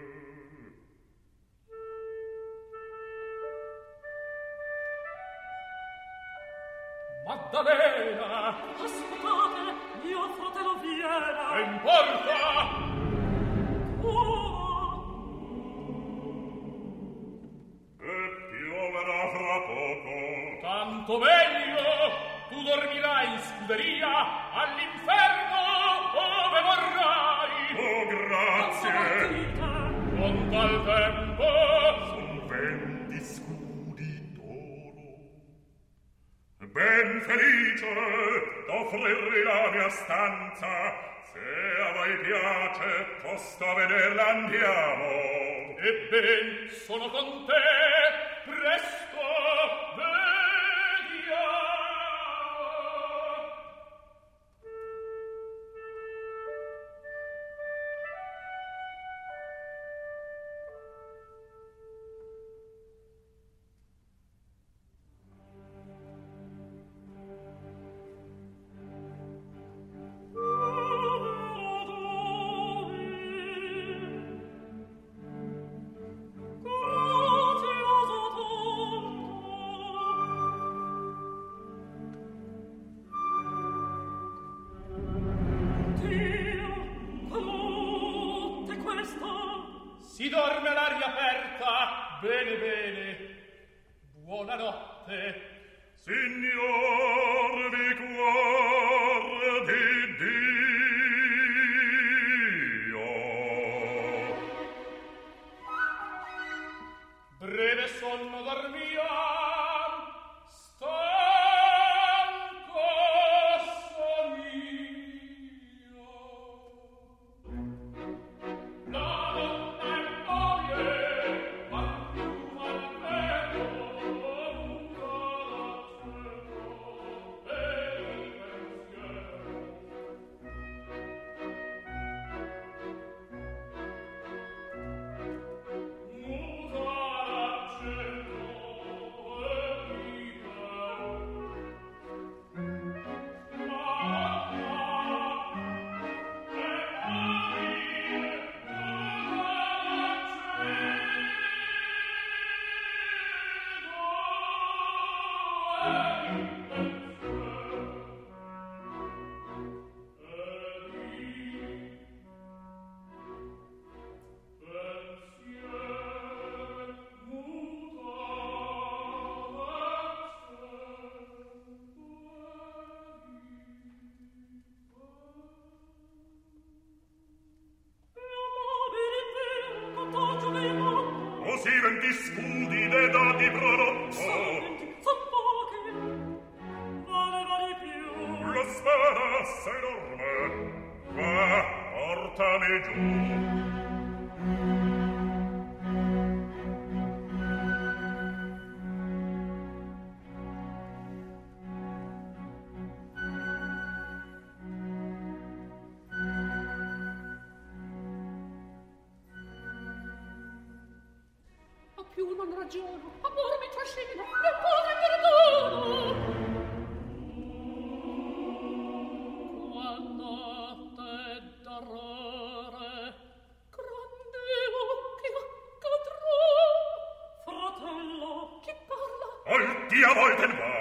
Maddalena, aspettate, mio fratello viene. Che importa? Oh. E pioverà fra poco. Tanto meglio, tu dormirai in scuderia all'inferno ove vorrai. Oh, grazie. Non tal tempo. Son venti scudi d'oro. Ben felice d'offrirvi la mia stanza. Se a voi piace, posto a vederla andiamo. Ebben, sono con te, presto vediamo. Si dorme all'aria aperta, bene bene, buonanotte. Signor, vi guardi Dio. Breve sonno dormiam, stanco son io. La donna è moglie, ma più malvero, un coraggio e il pensiero. Muta l'accento e si venti scudi ne dati prodotto. Son pochi, valeva di più. La sfera sei enorme, va, portami giù. Più non ragiono, amor mi trascina, e poi perdono. Quando te d'orrore grandevo che accadrà, fratello, chi parla? Al diavolo te ne va.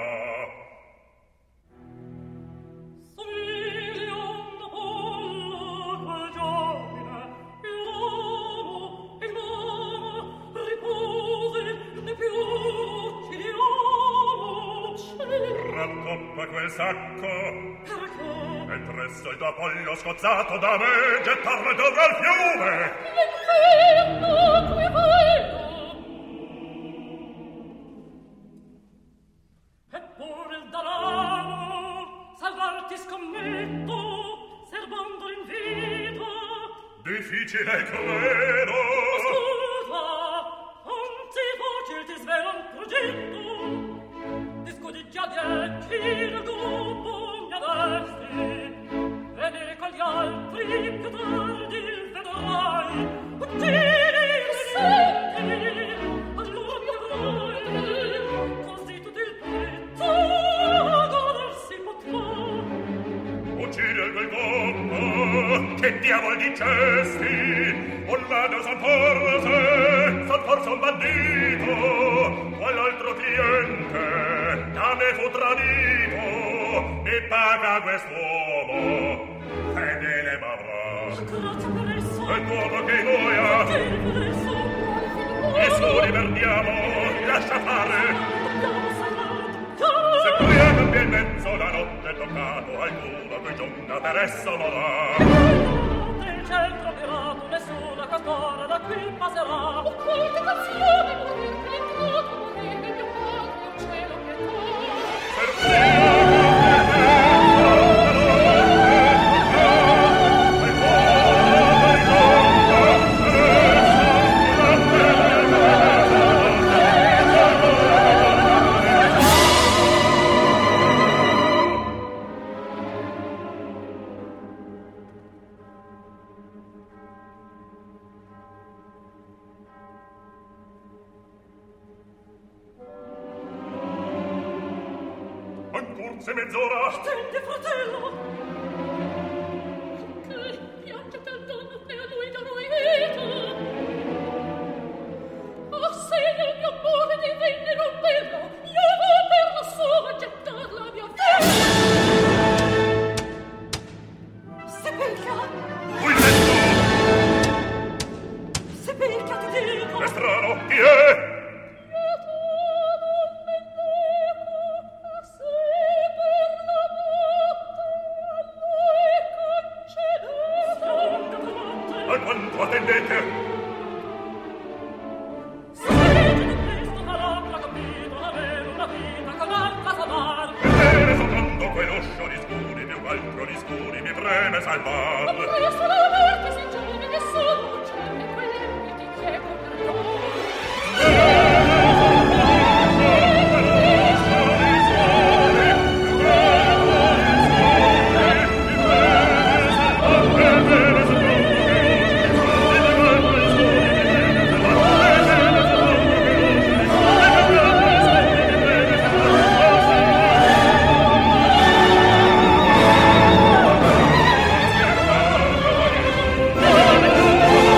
Rattoppa quel sacco. Perché? E presto il tuo apoglio scozzato da me gettarlo dovrà il fiume. L'inferno qui vedo. Eppure il danaro salvarti scommetto, serbando l'invito. Difficile credo. Scusa, anzi facile ti svelo un progetto. Discudi già dieci, la dopo mi avresti. Venire con gli altri più tardi il vedrai. Uccidi, senti, allora mi avrai. Così tutto il petto godersi potrà. Uccidi il quel gomma, che diavolo dicesti? O l'ado son forse, son forse un bandito, quell'altro cliente, da me fu tradito, mi paga quest'uomo, fedele m'avrà. Grazie per esso. E l'uomo che noia, Grazie per esso. e su riverdiamo, lascia fare. Dobbiamo salvare. Se qui a cambia il mezzo la notte toccato, alcuno qui giunga per esso morrà. Il ciel troverà, nessuna castora da qui passerà. O quante canzoni morire, l'ingrato morire, mio padre, il cielo pietà. Per te, se mezz'ora. Attende, fratello. Che piangete al dono e a lui darò vita. Oh, se nel mio amore divenne non bello, io vo per la sua gettar la mia vita. Sepelca. Cui letto? Sepelca, ti dico. È strano, chi è? Quanto attendete? Se di questo farò capito avere una vita con alta salvar. Vedere soltanto quell'uscio di scuri, più altro di scuri, mi preme salvar. Ma presto la morte si giorni che sono uccelle quelli che ti chiedo perdono. Oh,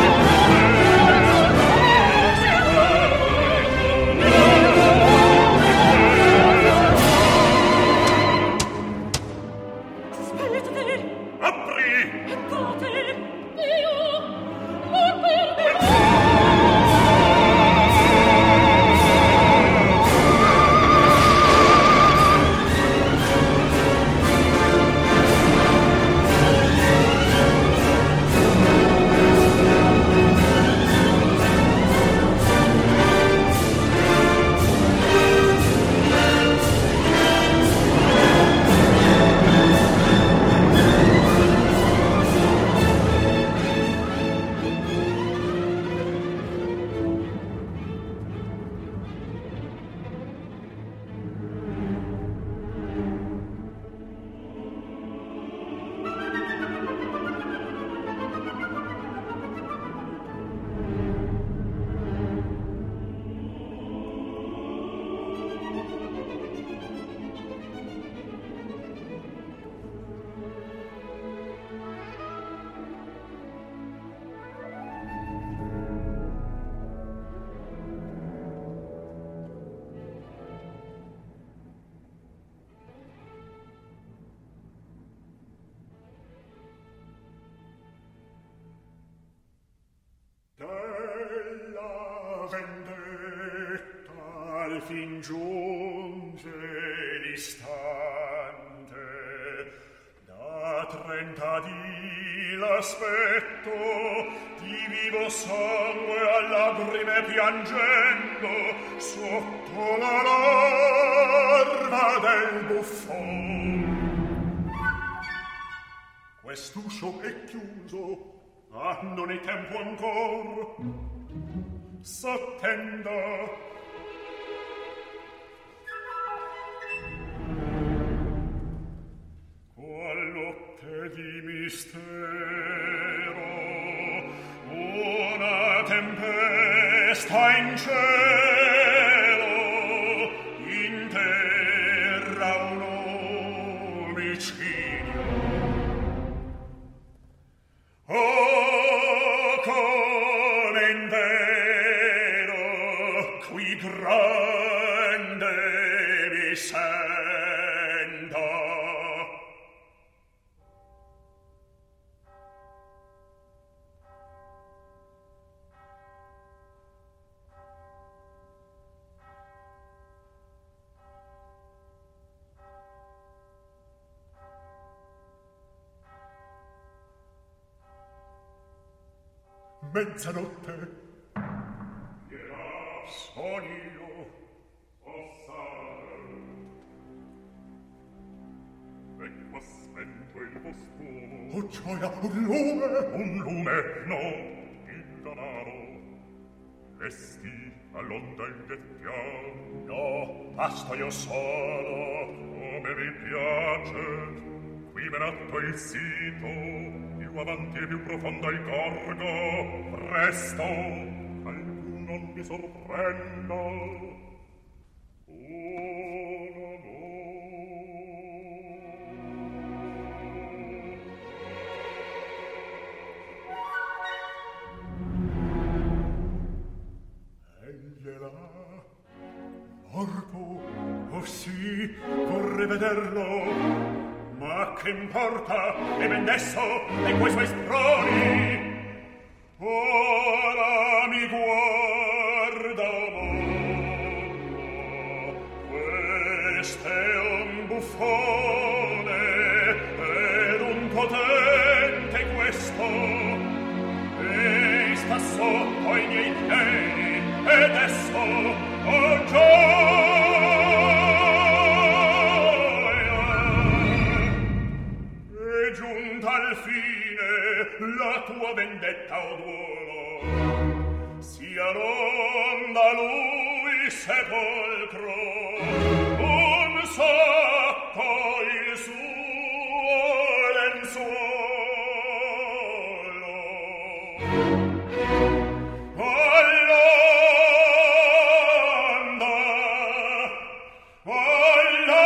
vendetta al fin giunge l'istante. Da trenta dì l'aspetto di vivo sangue a lagrime piangendo sotto la larva del buffon. Quest'uscio è chiuso, ah, non è tempo ancor. S'attenda. Qual lotte di mistero, una tempesta in cielo, in terra un omicidio. Oh, come in vero qui grande mi senta. Mezzanotte. Gliela son io, ossare. Ecco spento il bosco. Oh gioia, un lume, un lume, no, il danaro. Resti all'onda il gettiamo. No, basto io solo, come mi piace. Qui menatto il sito, più avanti e più profondo il gorgo, presto, alcun non mi sorprenda. Oh, no, no. Egli è là, morto, oh sì, vorrei vederlo. Ma che importa, e ben desso, e quei suoi sproni. Ora mi guarda mondo, quest'è un buffone, ed un potente questo, e sta sotto ai miei piedi, ed esso, oh gioia, al fine la tua vendetta o duolo sia ronda lui sepolcro un sacco il suo lenzuolo all'onda all'onda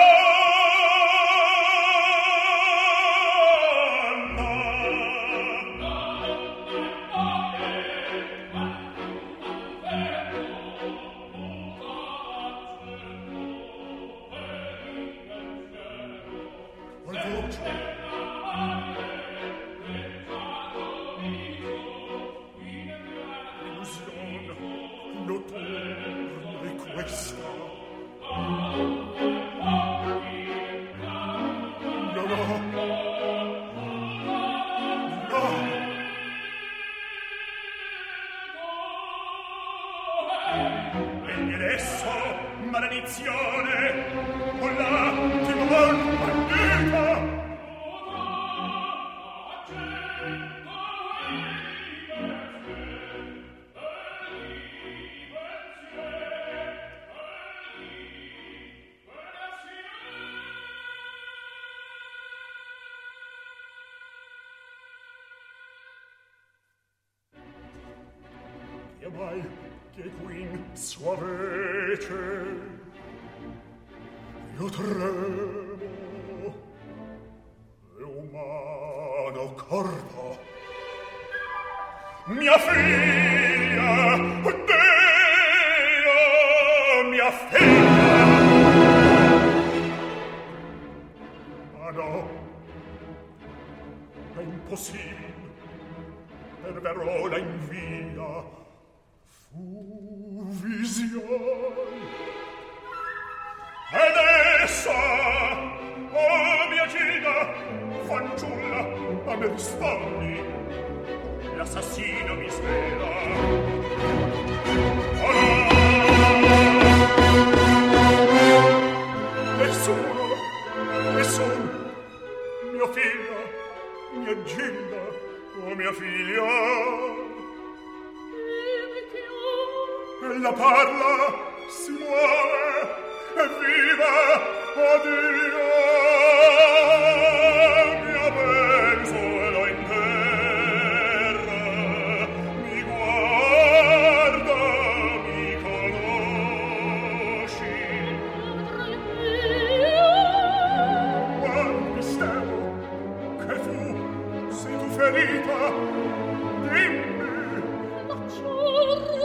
mai che qui sua vece io tremo e umano corpo mia figlia Dio mia figlia ah no è impossibile per vero la invia fu ed essa, oh mia Gilda, fanciulla, a me rispondi, l'assassino mi svela. Oh no! Nessuno, nessuno, mia figlia, mia Gilda, oh mia figlia. Ella parla, si muove, è viva, oddio, mia pensola in terra, mi guarda, mi conosci. Qual mistero che fu, sei tu ferita, dimmi. Ma ciò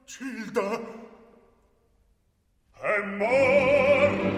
Cilda è mor.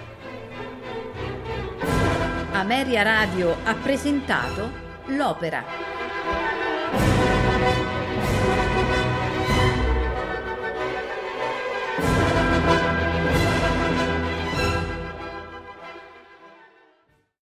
Ameria Radio ha presentato l'opera.